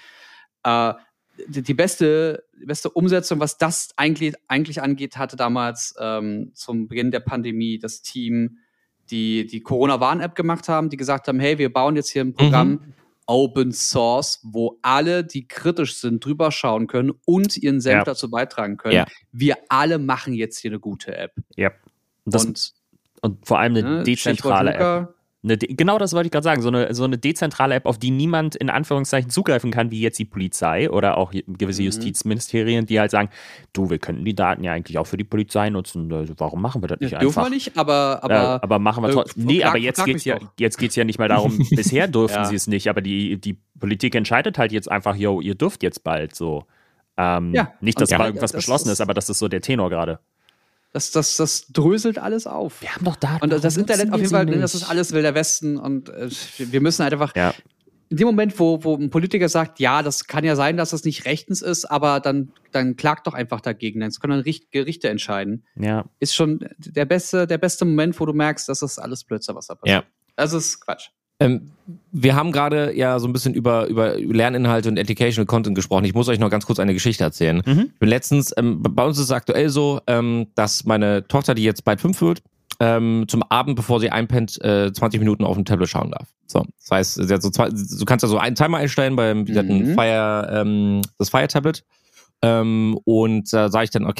Die beste Umsetzung, was das eigentlich angeht, hatte damals zum Beginn der Pandemie das Team, die Corona-Warn-App gemacht haben, die gesagt haben, hey, wir bauen jetzt hier ein Programm Open Source, wo alle, die kritisch sind, drüber schauen können und ihren Senf dazu beitragen können. Ja. Wir alle machen jetzt hier eine gute App. Ja. Und vor allem eine dezentrale App. Genau das wollte ich gerade sagen, so eine dezentrale App, auf die niemand in Anführungszeichen zugreifen kann, wie jetzt die Polizei oder auch gewisse Justizministerien, die halt sagen, wir könnten die Daten ja eigentlich auch für die Polizei nutzen, warum machen wir das nicht einfach? Dürfen wir nicht, aber machen wir trotzdem. Nee, aber jetzt geht's ja nicht mal darum, bisher durften sie es nicht, aber die Politik entscheidet halt jetzt einfach, ihr dürft jetzt bald so. Nicht, dass mal irgendwas beschlossen ist, aber das ist so der Tenor gerade. Das dröselt alles auf. Wir haben doch Daten. Und das Internet auf jeden Fall, das ist alles Wilder Westen und wir müssen halt einfach, in dem Moment, wo ein Politiker sagt, ja, das kann ja sein, dass das nicht rechtens ist, aber dann klagt doch einfach dagegen. Dann können Gerichte entscheiden. Ja. Ist schon der beste Moment, wo du merkst, dass das alles Blödsinn, was da passiert. Ja. Das ist Quatsch. Wir haben gerade ja so ein bisschen über Lerninhalte und Educational Content gesprochen. Ich muss euch noch ganz kurz eine Geschichte erzählen. Ich bin letztens, bei uns ist es aktuell so, dass meine Tochter, die jetzt bald 5 wird, zum Abend, bevor sie einpennt, 20 Minuten auf dem Tablet schauen darf. So, das heißt, du kannst ja so einen Timer einstellen das Fire Tablet. Und da sage ich dann, okay,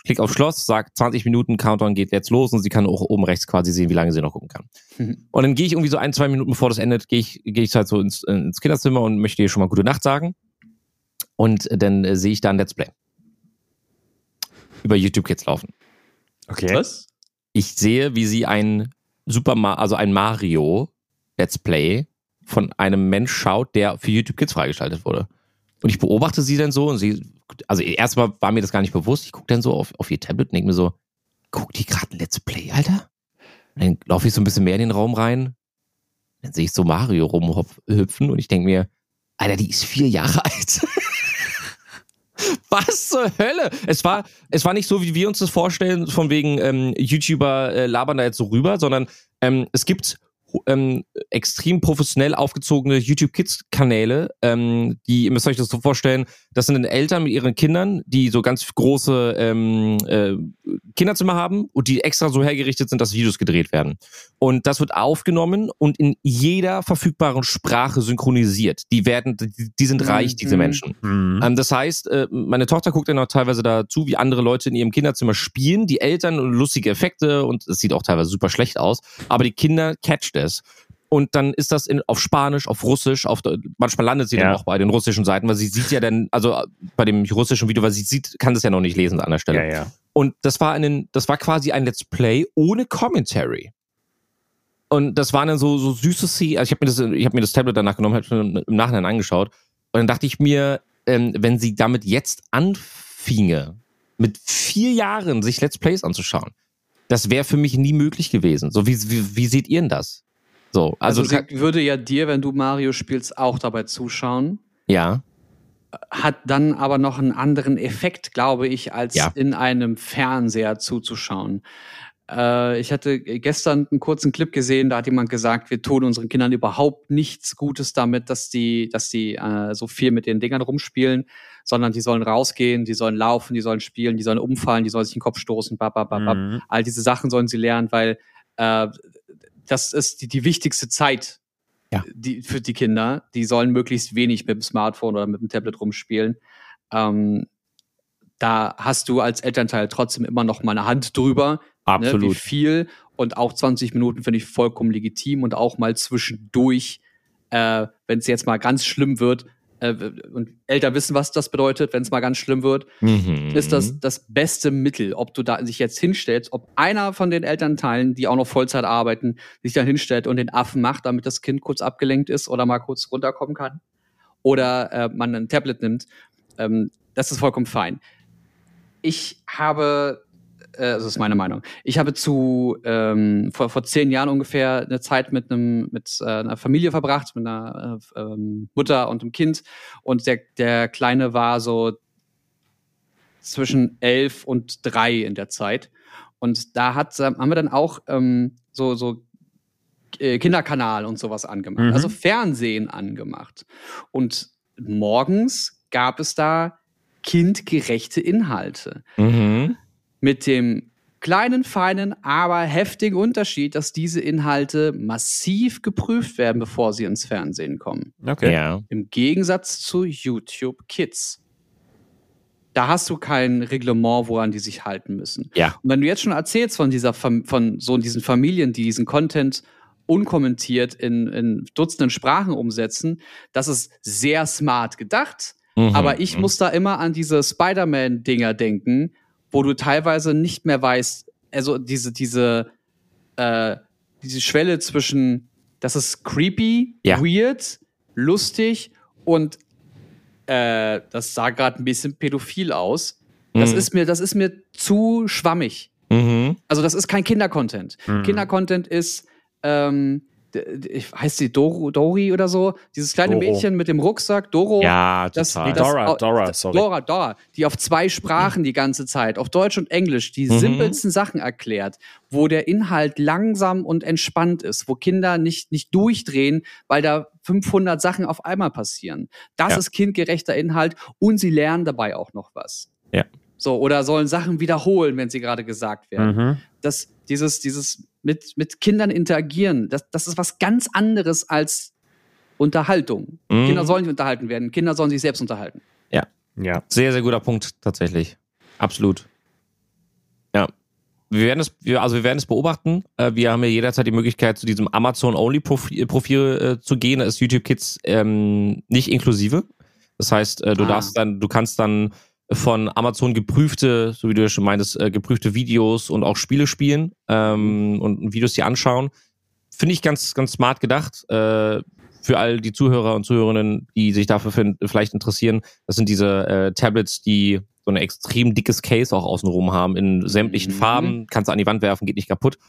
klick auf Schloss, sag 20 Minuten, Countdown geht jetzt los und sie kann auch oben rechts quasi sehen, wie lange sie noch gucken kann. Und dann gehe ich irgendwie so 1-2 Minuten bevor das endet, gehe ich halt so ins Kinderzimmer und möchte ihr schon mal gute Nacht sagen. Und dann sehe ich da ein Let's Play über YouTube Kids laufen. Okay. Was? Ich sehe, wie sie ein Mario Let's Play von einem Mensch schaut, der für YouTube Kids freigeschaltet wurde. Und ich beobachte sie dann so und also erstmal war mir das gar nicht bewusst. Ich gucke dann so auf ihr Tablet und denke mir so, guckt die gerade ein Let's Play, Alter? Und dann laufe ich so ein bisschen mehr in den Raum rein. Dann sehe ich so Mario rumhüpfen und ich denke mir, Alter, die ist 4 Jahre alt. Was zur Hölle? Es war nicht so, wie wir uns das vorstellen, von wegen YouTuber labern da jetzt so rüber, sondern es gibt extrem professionell aufgezogene YouTube-Kids-Kanäle, die, ihr müsst euch das so vorstellen, das sind Eltern mit ihren Kindern, die so ganz große Kinderzimmer haben und die extra so hergerichtet sind, dass Videos gedreht werden. Und das wird aufgenommen und in jeder verfügbaren Sprache synchronisiert. Die sind reich, diese Menschen. Das heißt, meine Tochter guckt dann auch teilweise dazu, wie andere Leute in ihrem Kinderzimmer spielen, die Eltern lustige Effekte und es sieht auch teilweise super schlecht aus, aber die Kinder catcht es. Und dann ist das auf Spanisch, auf Russisch, manchmal landet sie dann auch bei den russischen Seiten, weil sie sieht ja dann, also bei dem russischen Video, weil sie sieht, kann das ja noch nicht lesen an der Stelle. Ja. Und das war quasi ein Let's Play ohne Commentary. Und das waren dann so süße Szenen, also ich hab mir das Tablet danach genommen, habe im Nachhinein angeschaut. Und dann dachte ich mir, wenn sie damit jetzt anfinge, mit 4 Jahren sich Let's Plays anzuschauen, das wäre für mich nie möglich gewesen. So, wie seht ihr denn das? So, also sie würde ja dir, wenn du Mario spielst, auch dabei zuschauen. Ja. Hat dann aber noch einen anderen Effekt, glaube ich, als in einem Fernseher zuzuschauen. Ich hatte gestern einen kurzen Clip gesehen, da hat jemand gesagt, wir tun unseren Kindern überhaupt nichts Gutes damit, dass die so viel mit den Dingern rumspielen, sondern die sollen rausgehen, die sollen laufen, die sollen spielen, die sollen umfallen, die sollen sich den Kopf stoßen, all diese Sachen sollen sie lernen, weil das ist die wichtigste Zeit für die Kinder. Die sollen möglichst wenig mit dem Smartphone oder mit dem Tablet rumspielen. Da hast du als Elternteil trotzdem immer noch mal eine Hand drüber. Absolut. Ne, wie viel. Und auch 20 Minuten finde ich vollkommen legitim. Und auch mal zwischendurch, wenn es jetzt mal ganz schlimm wird, und Eltern wissen, was das bedeutet, wenn es mal ganz schlimm wird, ist das beste Mittel, ob du da sich jetzt hinstellst, ob einer von den Elternteilen, die auch noch Vollzeit arbeiten, sich dann hinstellt und den Affen macht, damit das Kind kurz abgelenkt ist oder mal kurz runterkommen kann, oder man ein Tablet nimmt, das ist vollkommen fein. Ich habe, das ist meine Meinung, ich habe vor 10 Jahren ungefähr eine Zeit mit einer Familie verbracht, mit einer Mutter und einem Kind, und der Kleine war so zwischen 11 und 3 in der Zeit, und da haben wir dann auch so Kinderkanal und sowas angemacht, also Fernsehen angemacht, und morgens gab es da kindgerechte Inhalte. Mit dem kleinen, feinen, aber heftigen Unterschied, dass diese Inhalte massiv geprüft werden, bevor sie ins Fernsehen kommen. Okay. Ja. Im Gegensatz zu YouTube Kids. Da hast du kein Reglement, woran die sich halten müssen. Ja. Und wenn du jetzt schon erzählst von diesen Familien, die diesen Content unkommentiert in Dutzenden Sprachen umsetzen, das ist sehr smart gedacht. Aber ich muss da immer an diese Spider-Man-Dinger denken, wo du teilweise nicht mehr weißt, also diese Schwelle zwischen, das ist creepy, weird, lustig und das sah gerade ein bisschen pädophil aus. Das ist mir zu schwammig. Also das ist kein Kindercontent. Kindercontent ist heißt sie Dori oder so? Dieses kleine Mädchen mit dem Rucksack, Doro. Ja, total. Dora, die auf 2 Sprachen die ganze Zeit, auf Deutsch und Englisch, die simpelsten Sachen erklärt, wo der Inhalt langsam und entspannt ist, wo Kinder nicht durchdrehen, weil da 500 Sachen auf einmal passieren. Das ist kindgerechter Inhalt, und sie lernen dabei auch noch was. Ja. So, oder sollen Sachen wiederholen, wenn sie gerade gesagt werden. Dieses mit Kindern interagieren, das ist was ganz anderes als Unterhaltung. Kinder sollen nicht unterhalten werden, Kinder sollen sich selbst unterhalten. Ja. Sehr, sehr guter Punkt, tatsächlich. Absolut. Ja. Wir werden es beobachten. Wir haben ja jederzeit die Möglichkeit, zu diesem Amazon-Only-Profil zu gehen. Da ist YouTube Kids nicht inklusive. Das heißt, du kannst dann von Amazon geprüfte, so wie du ja schon meintest, geprüfte Videos und auch Spiele spielen und Videos dir anschauen. Finde ich ganz, ganz smart gedacht. Für all die Zuhörer und Zuhörerinnen, die sich dafür vielleicht interessieren, das sind diese Tablets, die so ein extrem dickes Case auch außenrum haben, in sämtlichen Farben, kannst du an die Wand werfen, geht nicht kaputt.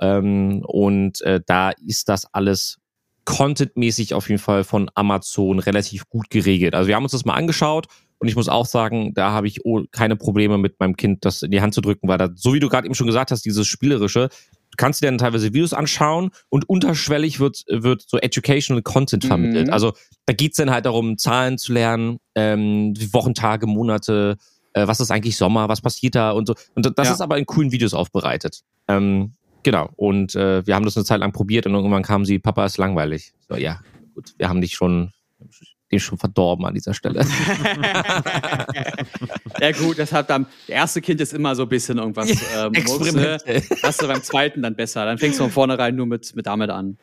Da ist das alles contentmäßig auf jeden Fall von Amazon relativ gut geregelt. Also wir haben uns das mal angeschaut und ich muss auch sagen, da habe ich keine Probleme mit meinem Kind, das in die Hand zu drücken, weil da, so wie du gerade eben schon gesagt hast, dieses Spielerische, du kannst dir dann teilweise Videos anschauen und unterschwellig wird so Educational Content vermittelt. Also da geht's dann halt darum, Zahlen zu lernen, Wochentage, Monate, was ist eigentlich Sommer, was passiert da und so. Und das ist aber in coolen Videos aufbereitet. Genau. Und wir haben das eine Zeit lang probiert und irgendwann kam sie, Papa ist langweilig. So, ja, gut, wir haben den schon verdorben an dieser Stelle. Ja gut, deshalb das erste Kind ist immer so ein bisschen irgendwas Experiment. Das du beim zweiten dann besser. Dann fängst du von vornherein nur mit damit an.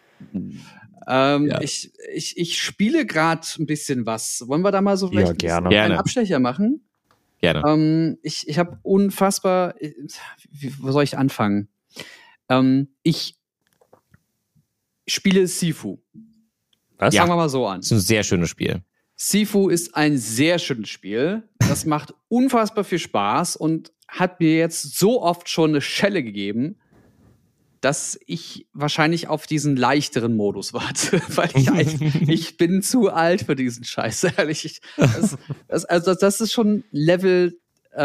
Ich spiele gerade ein bisschen was. Wollen wir da mal so vielleicht einen Abstecher machen? Gerne. Ich habe unfassbar... Wo soll ich anfangen? Ich spiele Sifu. Was? Fangen wir mal so an. Das ist ein sehr schönes Spiel. Sifu ist ein sehr schönes Spiel. Das macht unfassbar viel Spaß und hat mir jetzt so oft schon eine Schelle gegeben, dass ich wahrscheinlich auf diesen leichteren Modus warte. Weil ich bin zu alt für diesen Scheiß, ehrlich. Das ist schon Level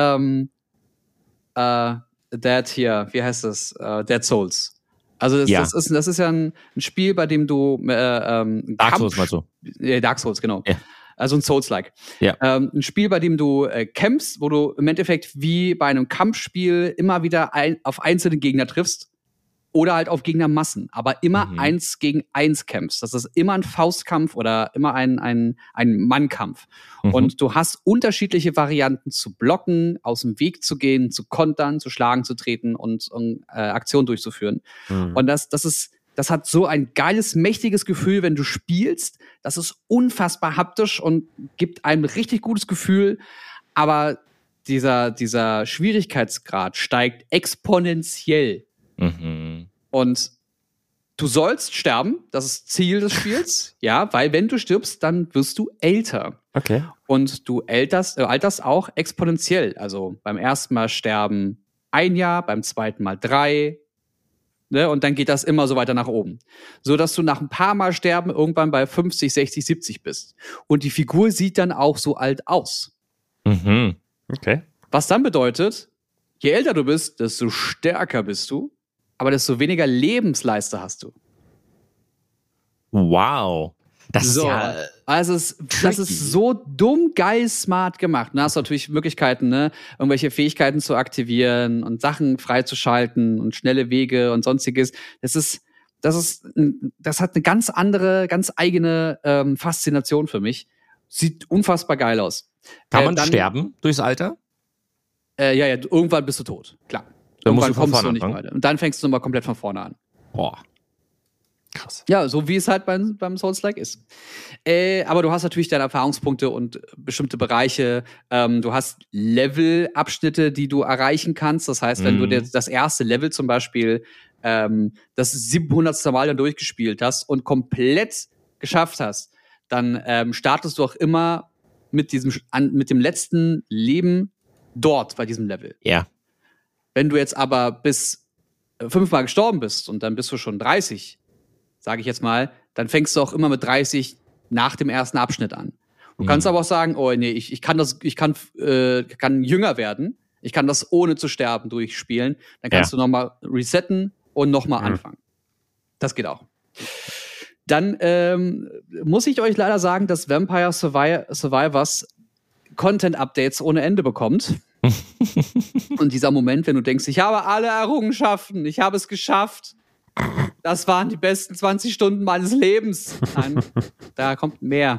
Dead hier, wie heißt das? Dead Souls. Also das ist ja ein Spiel, bei dem du Dark Souls meinst du? Dark Souls, genau. Ja. Also ein Souls-like. Ja. Ein Spiel, bei dem du kämpfst, wo du im Endeffekt wie bei einem Kampfspiel immer wieder auf einzelne Gegner triffst oder halt auf Gegnermassen, aber immer 1 gegen 1 kämpfst. Das ist immer ein Faustkampf oder immer ein Mannkampf. Und du hast unterschiedliche Varianten zu blocken, aus dem Weg zu gehen, zu kontern, zu schlagen, zu treten und Aktionen durchzuführen. Und das hat so ein geiles, mächtiges Gefühl, wenn du spielst. Das ist unfassbar haptisch und gibt einem ein richtig gutes Gefühl. Aber dieser Schwierigkeitsgrad steigt exponentiell. Und du sollst sterben, das ist Ziel des Spiels, ja, weil wenn du stirbst, dann wirst du älter. Okay. Und du alterst auch exponentiell. Also beim ersten Mal sterben 1 Jahr, beim zweiten Mal 3, ne, und dann geht das immer so weiter nach oben. So dass du nach ein paar Mal sterben irgendwann bei 50, 60, 70 bist. Und die Figur sieht dann auch so alt aus. Okay. Was dann bedeutet, je älter du bist, desto stärker bist du, aber desto weniger Lebensleiste hast du. Wow. Das ist das ist so dumm geil smart gemacht. Du hast natürlich Möglichkeiten, ne, irgendwelche Fähigkeiten zu aktivieren und Sachen freizuschalten und schnelle Wege und sonstiges. Das hat eine ganz andere, ganz eigene Faszination für mich. Sieht unfassbar geil aus. Kann man sterben durchs Alter? Ja, irgendwann bist du tot, klar. Dann musst Irgendwann du von vorne nicht weiter. Und dann fängst du nochmal komplett von vorne an. Boah. Krass. Ja, so wie es halt beim Souls-like ist. Aber du hast natürlich deine Erfahrungspunkte und bestimmte Bereiche. Du hast Level-Abschnitte, die du erreichen kannst. Das heißt, wenn du das erste Level zum Beispiel das 700. Mal dann durchgespielt hast und komplett geschafft hast, dann startest du auch immer mit dem letzten Leben dort bei diesem Level. Ja. Wenn du jetzt aber bis 5-mal gestorben bist und dann bist du schon 30, sage ich jetzt mal, dann fängst du auch immer mit 30 nach dem ersten Abschnitt an. Du kannst aber auch sagen, oh nee, ich kann jünger werden, ich kann das ohne zu sterben durchspielen, dann kannst du nochmal resetten und nochmal anfangen. Das geht auch. Dann muss ich euch leider sagen, dass Vampire Survivors Content-Updates ohne Ende bekommt. Und dieser Moment, wenn du denkst, ich habe alle Errungenschaften, ich habe es geschafft, das waren die besten 20 Stunden meines Lebens. Nein, da kommt mehr.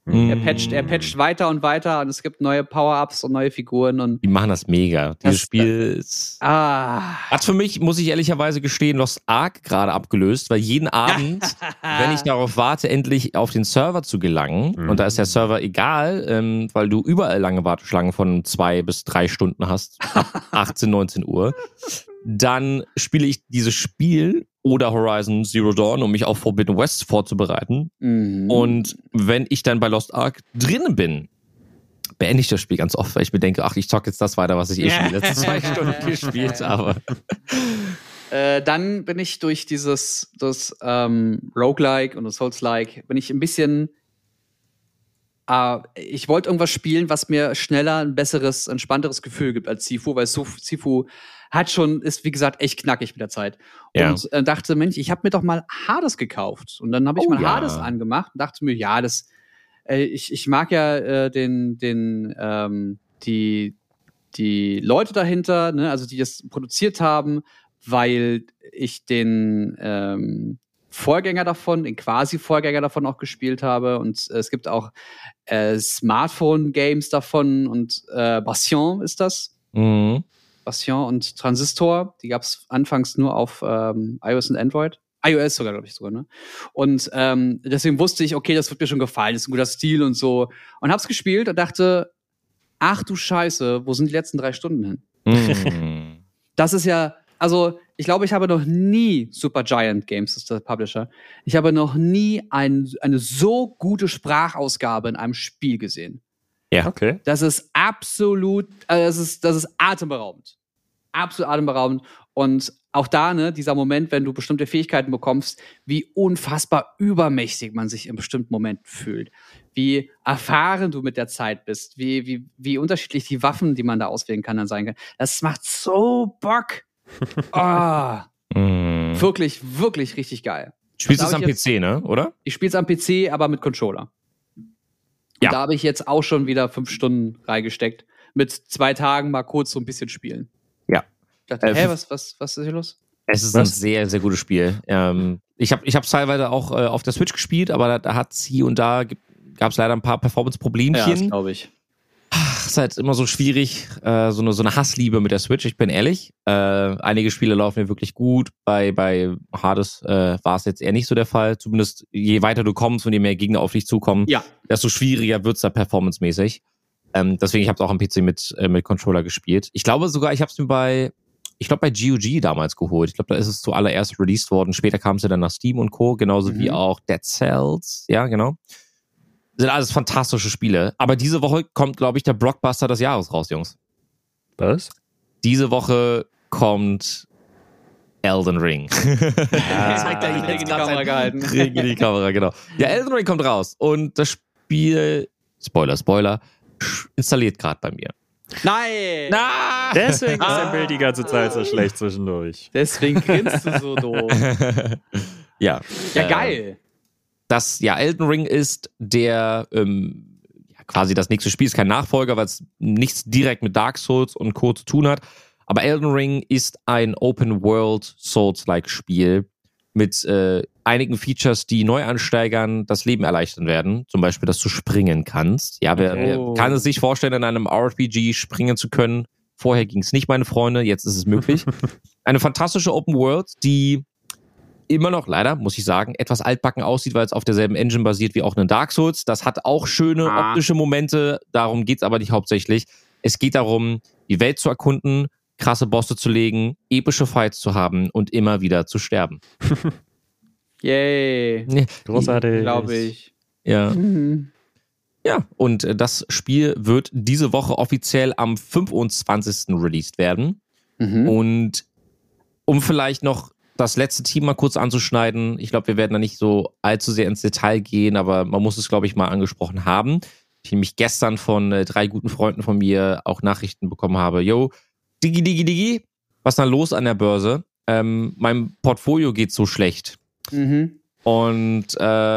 Er patcht weiter und weiter und es gibt neue Power-Ups und neue Figuren. Und die machen das mega. Dieses Spiel hat für mich, muss ich ehrlicherweise gestehen, Lost Ark gerade abgelöst, weil jeden Abend, wenn ich darauf warte, endlich auf den Server zu gelangen, und da ist der Server egal, weil du überall lange Warteschlangen von 2 bis 3 Stunden hast, ab 18, 19 Uhr, dann spiele ich dieses Spiel oder Horizon Zero Dawn, um mich auf Forbidden West vorzubereiten. Und wenn ich dann bei Lost Ark drinnen bin, beende ich das Spiel ganz oft, weil ich mir denke, ach, ich zocke jetzt das weiter, was ich schon die letzten 2 Stunden gespielt habe. Dann bin ich durch das Roguelike und das Souls-like, bin ich ein bisschen ich wollte irgendwas spielen, was mir schneller ein besseres, entspannteres Gefühl gibt als Sifu, weil Sifu ist, wie gesagt, echt knackig mit der Zeit. Ja. Und dachte, Mensch, ich habe mir doch mal Hades gekauft. Und dann habe ich mal Hades angemacht und dachte mir, ja, ich mag ja die Leute dahinter, ne, also die das produziert haben, weil ich den Quasi-Vorgänger davon auch gespielt habe. Und es gibt auch Smartphone-Games davon und Bastion ist das. Bastion und Transistor, die gab es anfangs nur auf iOS und Android. iOS sogar, glaube ich, ne? Und deswegen wusste ich, okay, das wird mir schon gefallen, das ist ein guter Stil und so. Und hab's gespielt und dachte, ach du Scheiße, wo sind die letzten 3 Stunden hin? Das ist ja, also ich glaube, ich habe noch nie Supergiant Games, das ist der Publisher, ich habe noch nie eine so gute Sprachausgabe in einem Spiel gesehen. Ja, okay. Das ist absolut, das ist atemberaubend. Absolut atemberaubend. Und auch da, ne, dieser Moment, wenn du bestimmte Fähigkeiten bekommst, wie unfassbar übermächtig man sich in bestimmten Momenten fühlt. Wie erfahren du mit der Zeit bist. Wie unterschiedlich die Waffen, die man da auswählen kann, dann sein kann. Das macht so Bock. Wirklich, wirklich richtig geil. Spielst du es am PC, ne? Oder? Ich spiele es am PC, aber mit Controller. Ja. Und da habe ich jetzt auch schon wieder 5 Stunden reingesteckt. Mit 2 Tagen mal kurz so ein bisschen spielen. Ja. Ich dachte, was ist hier los? Es ist ein sehr, sehr gutes Spiel. Ich habe teilweise auch auf der Switch gespielt, aber da hat es hier und da gab es leider ein paar Performance-Problemchen. Ja, das glaube ich. Ist halt immer so schwierig, so eine Hassliebe mit der Switch, ich bin ehrlich. Einige Spiele laufen mir wirklich gut. Bei Hades war es jetzt eher nicht so der Fall. Zumindest je weiter du kommst und je mehr Gegner auf dich zukommen, desto schwieriger wird's da performancemäßig. Deswegen, ich habe es auch am PC mit Controller gespielt. Ich glaube sogar, ich habe es mir bei GOG damals geholt. Ich glaube, da ist es zuallererst released worden. Später kam es ja dann nach Steam und Co., genauso wie auch Dead Cells. Ja, genau. Sind alles fantastische Spiele. Aber diese Woche kommt, glaube ich, der Blockbuster des Jahres raus, Jungs. Was? Diese Woche kommt Elden Ring. Direkt in die Kamera gehalten. Direkt in die Kamera, genau. Ja, Elden Ring kommt raus. Und das Spiel, Spoiler, installiert gerade bei mir. Nein! Deswegen ist der Bild die ganze Zeit so schlecht zwischendurch. Deswegen grinst du so doof. Ja, geil. Elden Ring ist der quasi das nächste Spiel, ist kein Nachfolger, weil es nichts direkt mit Dark Souls und Co. zu tun hat. Aber Elden Ring ist ein Open-World Souls-like Spiel mit einigen Features, die Neuansteigern das Leben erleichtern werden. Zum Beispiel, dass du springen kannst. Ja, wer kann es sich vorstellen, in einem RPG springen zu können? Vorher ging es nicht, meine Freunde, jetzt ist es möglich. Eine fantastische Open World, die immer noch, leider, muss ich sagen, etwas altbacken aussieht, weil es auf derselben Engine basiert wie auch ein Dark Souls. Das hat auch schöne optische Momente, darum geht's aber nicht hauptsächlich. Es geht darum, die Welt zu erkunden, krasse Bosse zu legen, epische Fights zu haben und immer wieder zu sterben. Yay. Großartig. Glaube ich. Ja. Ja, und das Spiel wird diese Woche offiziell am 25. released werden. Und um vielleicht noch das letzte Team mal kurz anzuschneiden. Ich glaube, wir werden da nicht so allzu sehr ins Detail gehen, aber man muss es, glaube ich, mal angesprochen haben. Ich nämlich gestern von 3 guten Freunden von mir auch Nachrichten bekommen habe. Yo, Digi, was ist da los an der Börse? Meinem Portfolio geht so schlecht. Und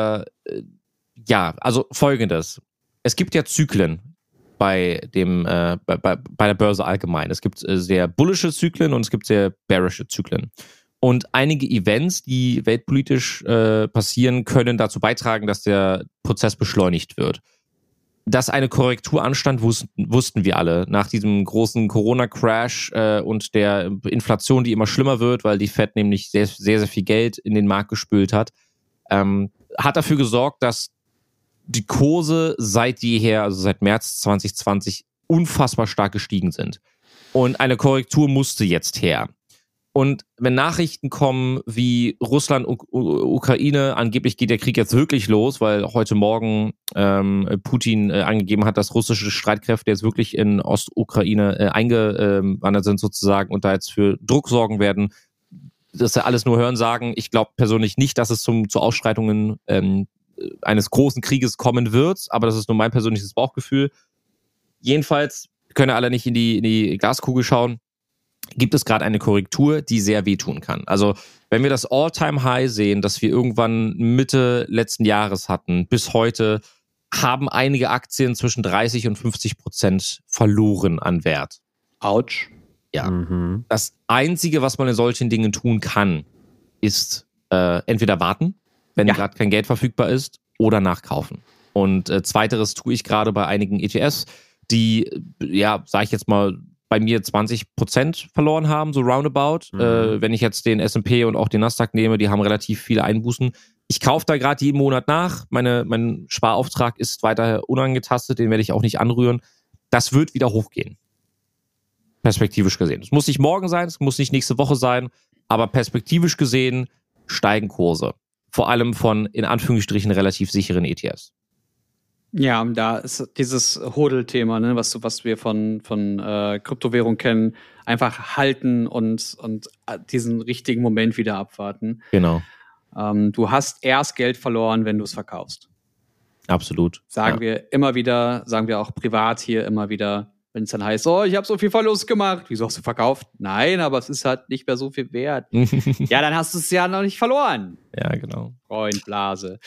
also Folgendes. Es gibt ja Zyklen bei der Börse allgemein. Es gibt sehr bullische Zyklen und es gibt sehr bearische Zyklen. Und einige Events, die weltpolitisch passieren, können dazu beitragen, dass der Prozess beschleunigt wird. Dass eine Korrektur anstand, wussten wir alle. Nach diesem großen Corona-Crash und der Inflation, die immer schlimmer wird, weil die Fed nämlich sehr, sehr, sehr viel Geld in den Markt gespült hat, hat dafür gesorgt, dass die Kurse seit jeher, also seit März 2020, unfassbar stark gestiegen sind. Und eine Korrektur musste jetzt her. Und wenn Nachrichten kommen wie Russland und Ukraine, angeblich geht der Krieg jetzt wirklich los, weil heute Morgen Putin angegeben hat, dass russische Streitkräfte jetzt wirklich in Ostukraine eingewandert sind sozusagen und da jetzt für Druck sorgen werden. Das ist ja alles nur Hörensagen. Ich glaube persönlich nicht, dass es zu Ausschreitungen eines großen Krieges kommen wird, aber das ist nur mein persönliches Bauchgefühl. Jedenfalls können alle nicht in die Glaskugel schauen. Gibt es gerade eine Korrektur, die sehr wehtun kann. Also wenn wir das All-Time-High sehen, das wir irgendwann Mitte letzten Jahres hatten, bis heute, haben einige Aktien zwischen 30% und 50% verloren an Wert. Autsch. Ja. Mhm. Das Einzige, was man in solchen Dingen tun kann, ist entweder warten, wenn gerade kein Geld verfügbar ist, oder nachkaufen. Und zweiteres tue ich gerade bei einigen ETFs, die, sage ich jetzt mal, bei mir 20% verloren haben, so roundabout. Wenn ich jetzt den S&P und auch den Nasdaq nehme, die haben relativ viele Einbußen. Ich kaufe da gerade jeden Monat nach. Mein Sparauftrag ist weiter unangetastet, den werde ich auch nicht anrühren. Das wird wieder hochgehen. Perspektivisch gesehen. Es muss nicht morgen sein, es muss nicht nächste Woche sein, aber perspektivisch gesehen steigen Kurse. Vor allem von, in Anführungsstrichen, relativ sicheren ETFs. Ja, da ist dieses Hodl-Thema, ne, was wir von Kryptowährung kennen, einfach halten und diesen richtigen Moment wieder abwarten. Genau. Du hast erst Geld verloren, wenn du es verkaufst. Absolut. Sagen wir immer wieder, sagen wir auch privat hier immer wieder, wenn es dann heißt, oh, ich habe so viel Verlust gemacht. Wieso hast du verkauft? Nein, aber es ist halt nicht mehr so viel wert. Ja, dann hast du es ja noch nicht verloren. Ja, genau. Freund, Blase.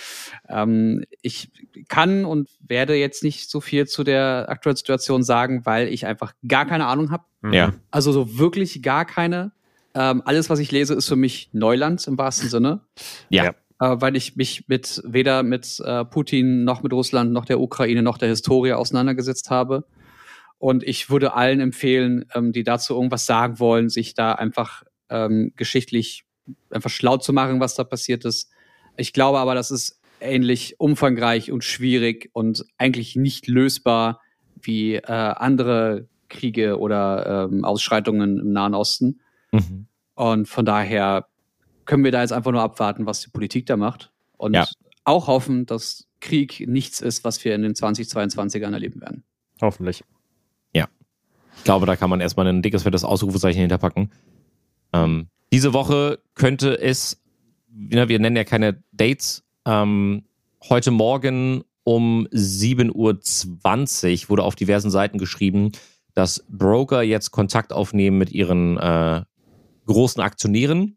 Ich kann und werde jetzt nicht so viel zu der aktuellen Situation sagen, weil ich einfach gar keine Ahnung habe. Ja. Also so wirklich gar keine. Alles, was ich lese, ist für mich Neuland im wahrsten Sinne. Ja. Weil ich mich weder mit Putin noch mit Russland noch der Ukraine noch der Historie auseinandergesetzt habe. Und ich würde allen empfehlen, die dazu irgendwas sagen wollen, sich da einfach geschichtlich einfach schlau zu machen, was da passiert ist. Ich glaube aber, das ist ähnlich umfangreich und schwierig und eigentlich nicht lösbar wie andere Kriege oder Ausschreitungen im Nahen Osten. Mhm. Und von daher können wir da jetzt einfach nur abwarten, was die Politik da macht. Und auch hoffen, dass Krieg nichts ist, was wir in den 2022ern erleben werden. Hoffentlich. Ja. Ich glaube, da kann man erstmal ein dickes, fettes Ausrufezeichen hinterpacken. Diese Woche könnte es, wir nennen ja keine Dates, heute Morgen um 7:20 Uhr wurde auf diversen Seiten geschrieben, dass Broker jetzt Kontakt aufnehmen mit ihren großen Aktionären.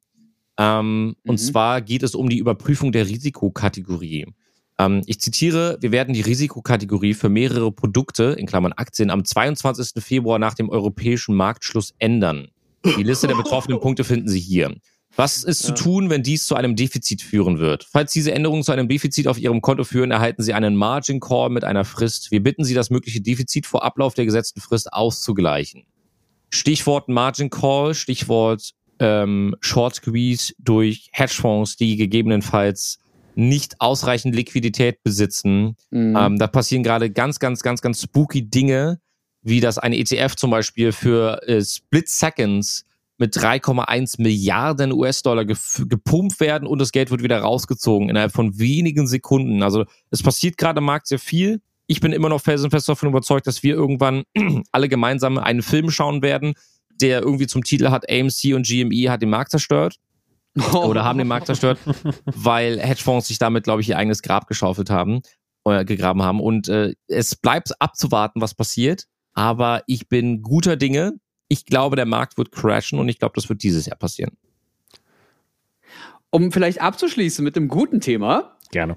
Und zwar geht es um die Überprüfung der Risikokategorie. Ich zitiere, wir werden die Risikokategorie für mehrere Produkte, in Klammern Aktien, am 22. Februar nach dem europäischen Marktschluss ändern. Die Liste der betroffenen Punkte finden Sie hier. Was ist zu tun, wenn dies zu einem Defizit führen wird? Falls diese Änderungen zu einem Defizit auf Ihrem Konto führen, erhalten Sie einen Margin Call mit einer Frist. Wir bitten Sie, das mögliche Defizit vor Ablauf der gesetzten Frist auszugleichen. Stichwort Margin Call, Stichwort Short Squeeze durch Hedgefonds, die gegebenenfalls nicht ausreichend Liquidität besitzen. Da passieren gerade ganz, ganz, ganz, ganz spooky Dinge, wie dass ein ETF zum Beispiel für Split Seconds mit 3,1 Milliarden US-Dollar gepumpt werden und das Geld wird wieder rausgezogen innerhalb von wenigen Sekunden. Also es passiert gerade im Markt sehr viel. Ich bin immer noch felsenfest davon überzeugt, dass wir irgendwann alle gemeinsam einen Film schauen werden, der irgendwie zum Titel hat, AMC und GME hat den Markt zerstört. Oder haben den Markt zerstört, weil Hedgefonds sich damit, glaube ich, ihr eigenes Grab geschaufelt haben, gegraben haben. Und es bleibt abzuwarten, was passiert. Aber ich bin guter Dinge. Ich glaube, der Markt wird crashen und ich glaube, das wird dieses Jahr passieren. Um vielleicht abzuschließen mit einem guten Thema. Gerne.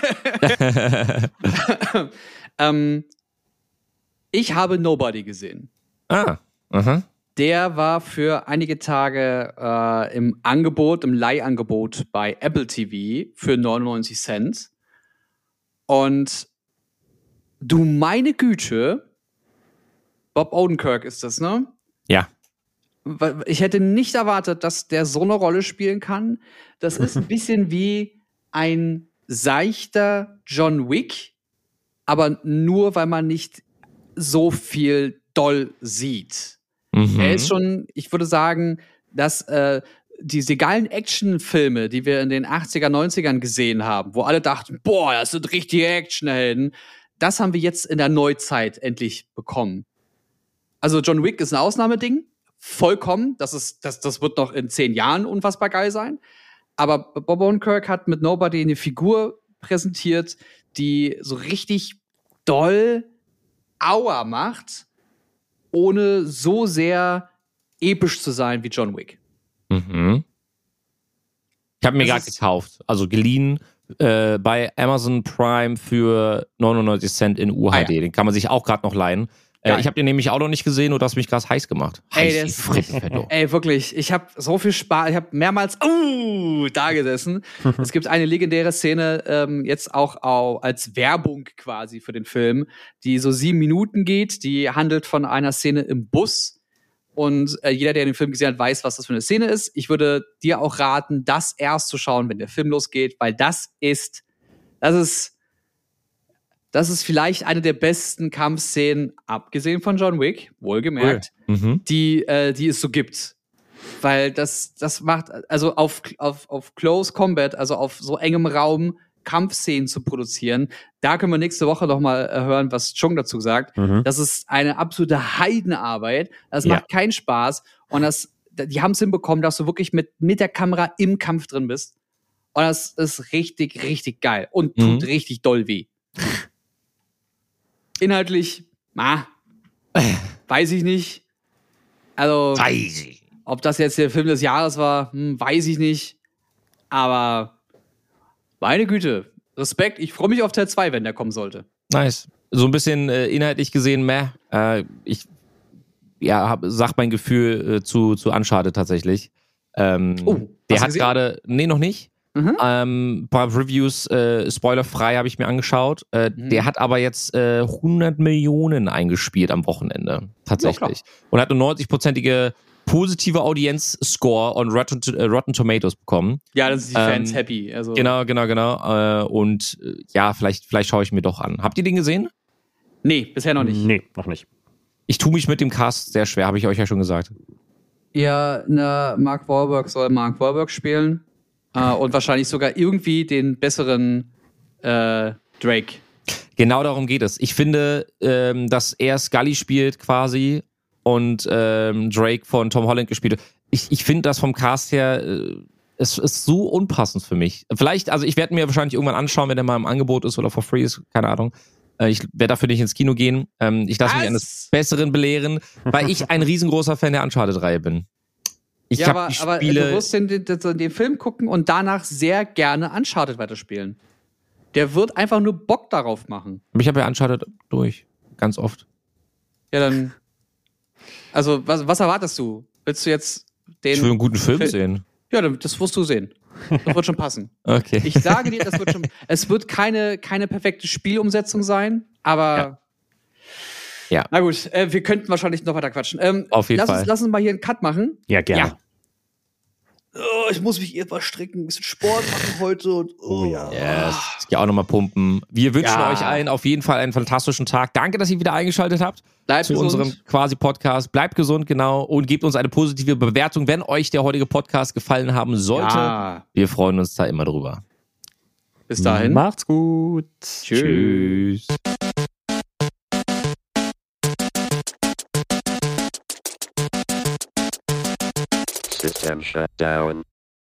Ich habe Nobody gesehen. Aha. Der war für einige Tage im Leihangebot bei Apple TV für 99 Cent. Und Du meine Güte. Bob Odenkirk ist das, ne? Ja. Ich hätte nicht erwartet, dass der so eine Rolle spielen kann. Das ist ein bisschen wie ein seichter John Wick, aber nur, weil man nicht so viel doll sieht. Er ist schon, ich würde sagen, dass diese geilen Actionfilme, die wir in den 80er, 90ern gesehen haben, wo alle dachten, boah, das sind richtige Actionhelden, das haben wir jetzt in der Neuzeit endlich bekommen. Also John Wick ist ein Ausnahmeding, vollkommen. Das wird noch in 10 Jahren unfassbar geil sein. Aber Bob Odenkirk hat mit Nobody eine Figur präsentiert, die so richtig doll Aua macht, ohne so sehr episch zu sein wie John Wick. Mhm. Ich habe mir gerade gekauft, also geliehen bei Amazon Prime für 99 Cent in UHD. Ja. Den kann man sich auch gerade noch leihen. Ich habe den nämlich auch noch nicht gesehen und du hast mich krass heiß gemacht. Ey, wirklich, ich habe so viel Spaß, ich habe mehrmals da gesessen. Es gibt eine legendäre Szene, jetzt auch als Werbung quasi für den Film, die so 7 Minuten geht, die handelt von einer Szene im Bus. Und jeder, der den Film gesehen hat, weiß, was das für eine Szene ist. Ich würde dir auch raten, das erst zu schauen, wenn der Film losgeht, weil das ist vielleicht eine der besten Kampfszenen, abgesehen von John Wick, wohlgemerkt, die es so gibt. Weil das macht, also auf Close Combat, also auf so engem Raum, Kampfszenen zu produzieren. Da können wir nächste Woche noch mal hören, was Chung dazu sagt. Das ist eine absolute Heidenarbeit. Das macht keinen Spaß. Und die haben es hinbekommen, dass du wirklich mit der Kamera im Kampf drin bist. Und das ist richtig, richtig geil. Und tut richtig doll weh. Inhaltlich, weiß ich nicht. Also, ob das jetzt der Film des Jahres war, weiß ich nicht. Aber meine Güte, Respekt. Ich freue mich auf Teil 2, wenn der kommen sollte. Nice. So ein bisschen inhaltlich gesehen, ich sag mein Gefühl zu Uncharted tatsächlich. Der hat gerade, noch nicht. Ein paar Reviews, spoilerfrei habe ich mir angeschaut. Der hat aber jetzt 100 Millionen eingespielt am Wochenende. Tatsächlich. Und hat eine 90-prozentige positive Audience-Score on Rotten Tomatoes bekommen. Ja, das sind die Fans happy. Also. Genau. Und vielleicht schaue ich mir doch an. Habt ihr den gesehen? Nee, bisher noch nicht. Nee, noch nicht. Ich tue mich mit dem Cast sehr schwer, habe ich euch ja schon gesagt. Ja, Mark Wahlberg soll Mark Wahlberg spielen. Und wahrscheinlich sogar irgendwie den besseren Drake. Genau darum geht es. Ich finde, dass er Scully spielt quasi und Drake von Tom Holland gespielt wird. Ich finde das vom Cast her, es ist so unpassend für mich. Vielleicht, also ich werde mir wahrscheinlich irgendwann anschauen, wenn der mal im Angebot ist oder for free ist, keine Ahnung. Ich werde dafür nicht ins Kino gehen. Ich lasse mich eines Besseren belehren, weil ich ein riesengroßer Fan der Uncharted-Reihe bin. Aber du wirst den Film gucken und danach sehr gerne Uncharted weiterspielen. Der wird einfach nur Bock darauf machen. Ich habe ja Uncharted durch. Ganz oft. Ja, dann. Also, was erwartest du? Willst du jetzt den. Ich will einen guten Film sehen. Ja, das wirst du sehen. Das wird schon passen. Okay. Ich sage dir, es wird keine perfekte Spielumsetzung sein, aber. Ja. Na gut, wir könnten wahrscheinlich noch weiter quatschen. Auf jeden Fall. Lass uns mal hier einen Cut machen. Ja, gerne. Ja. Oh, ich muss mich etwas strecken, ein bisschen Sport machen heute. Und, Yes. Ich gehe auch nochmal pumpen. Wir wünschen euch allen auf jeden Fall einen fantastischen Tag. Danke, dass ihr wieder eingeschaltet habt. Bleibt zu gesund. Unserem quasi Podcast. Bleibt gesund, genau. Und gebt uns eine positive Bewertung, wenn euch der heutige Podcast gefallen haben sollte. Ja. Wir freuen uns da immer drüber. Bis dahin. Macht's gut. Tschüss. System shut down.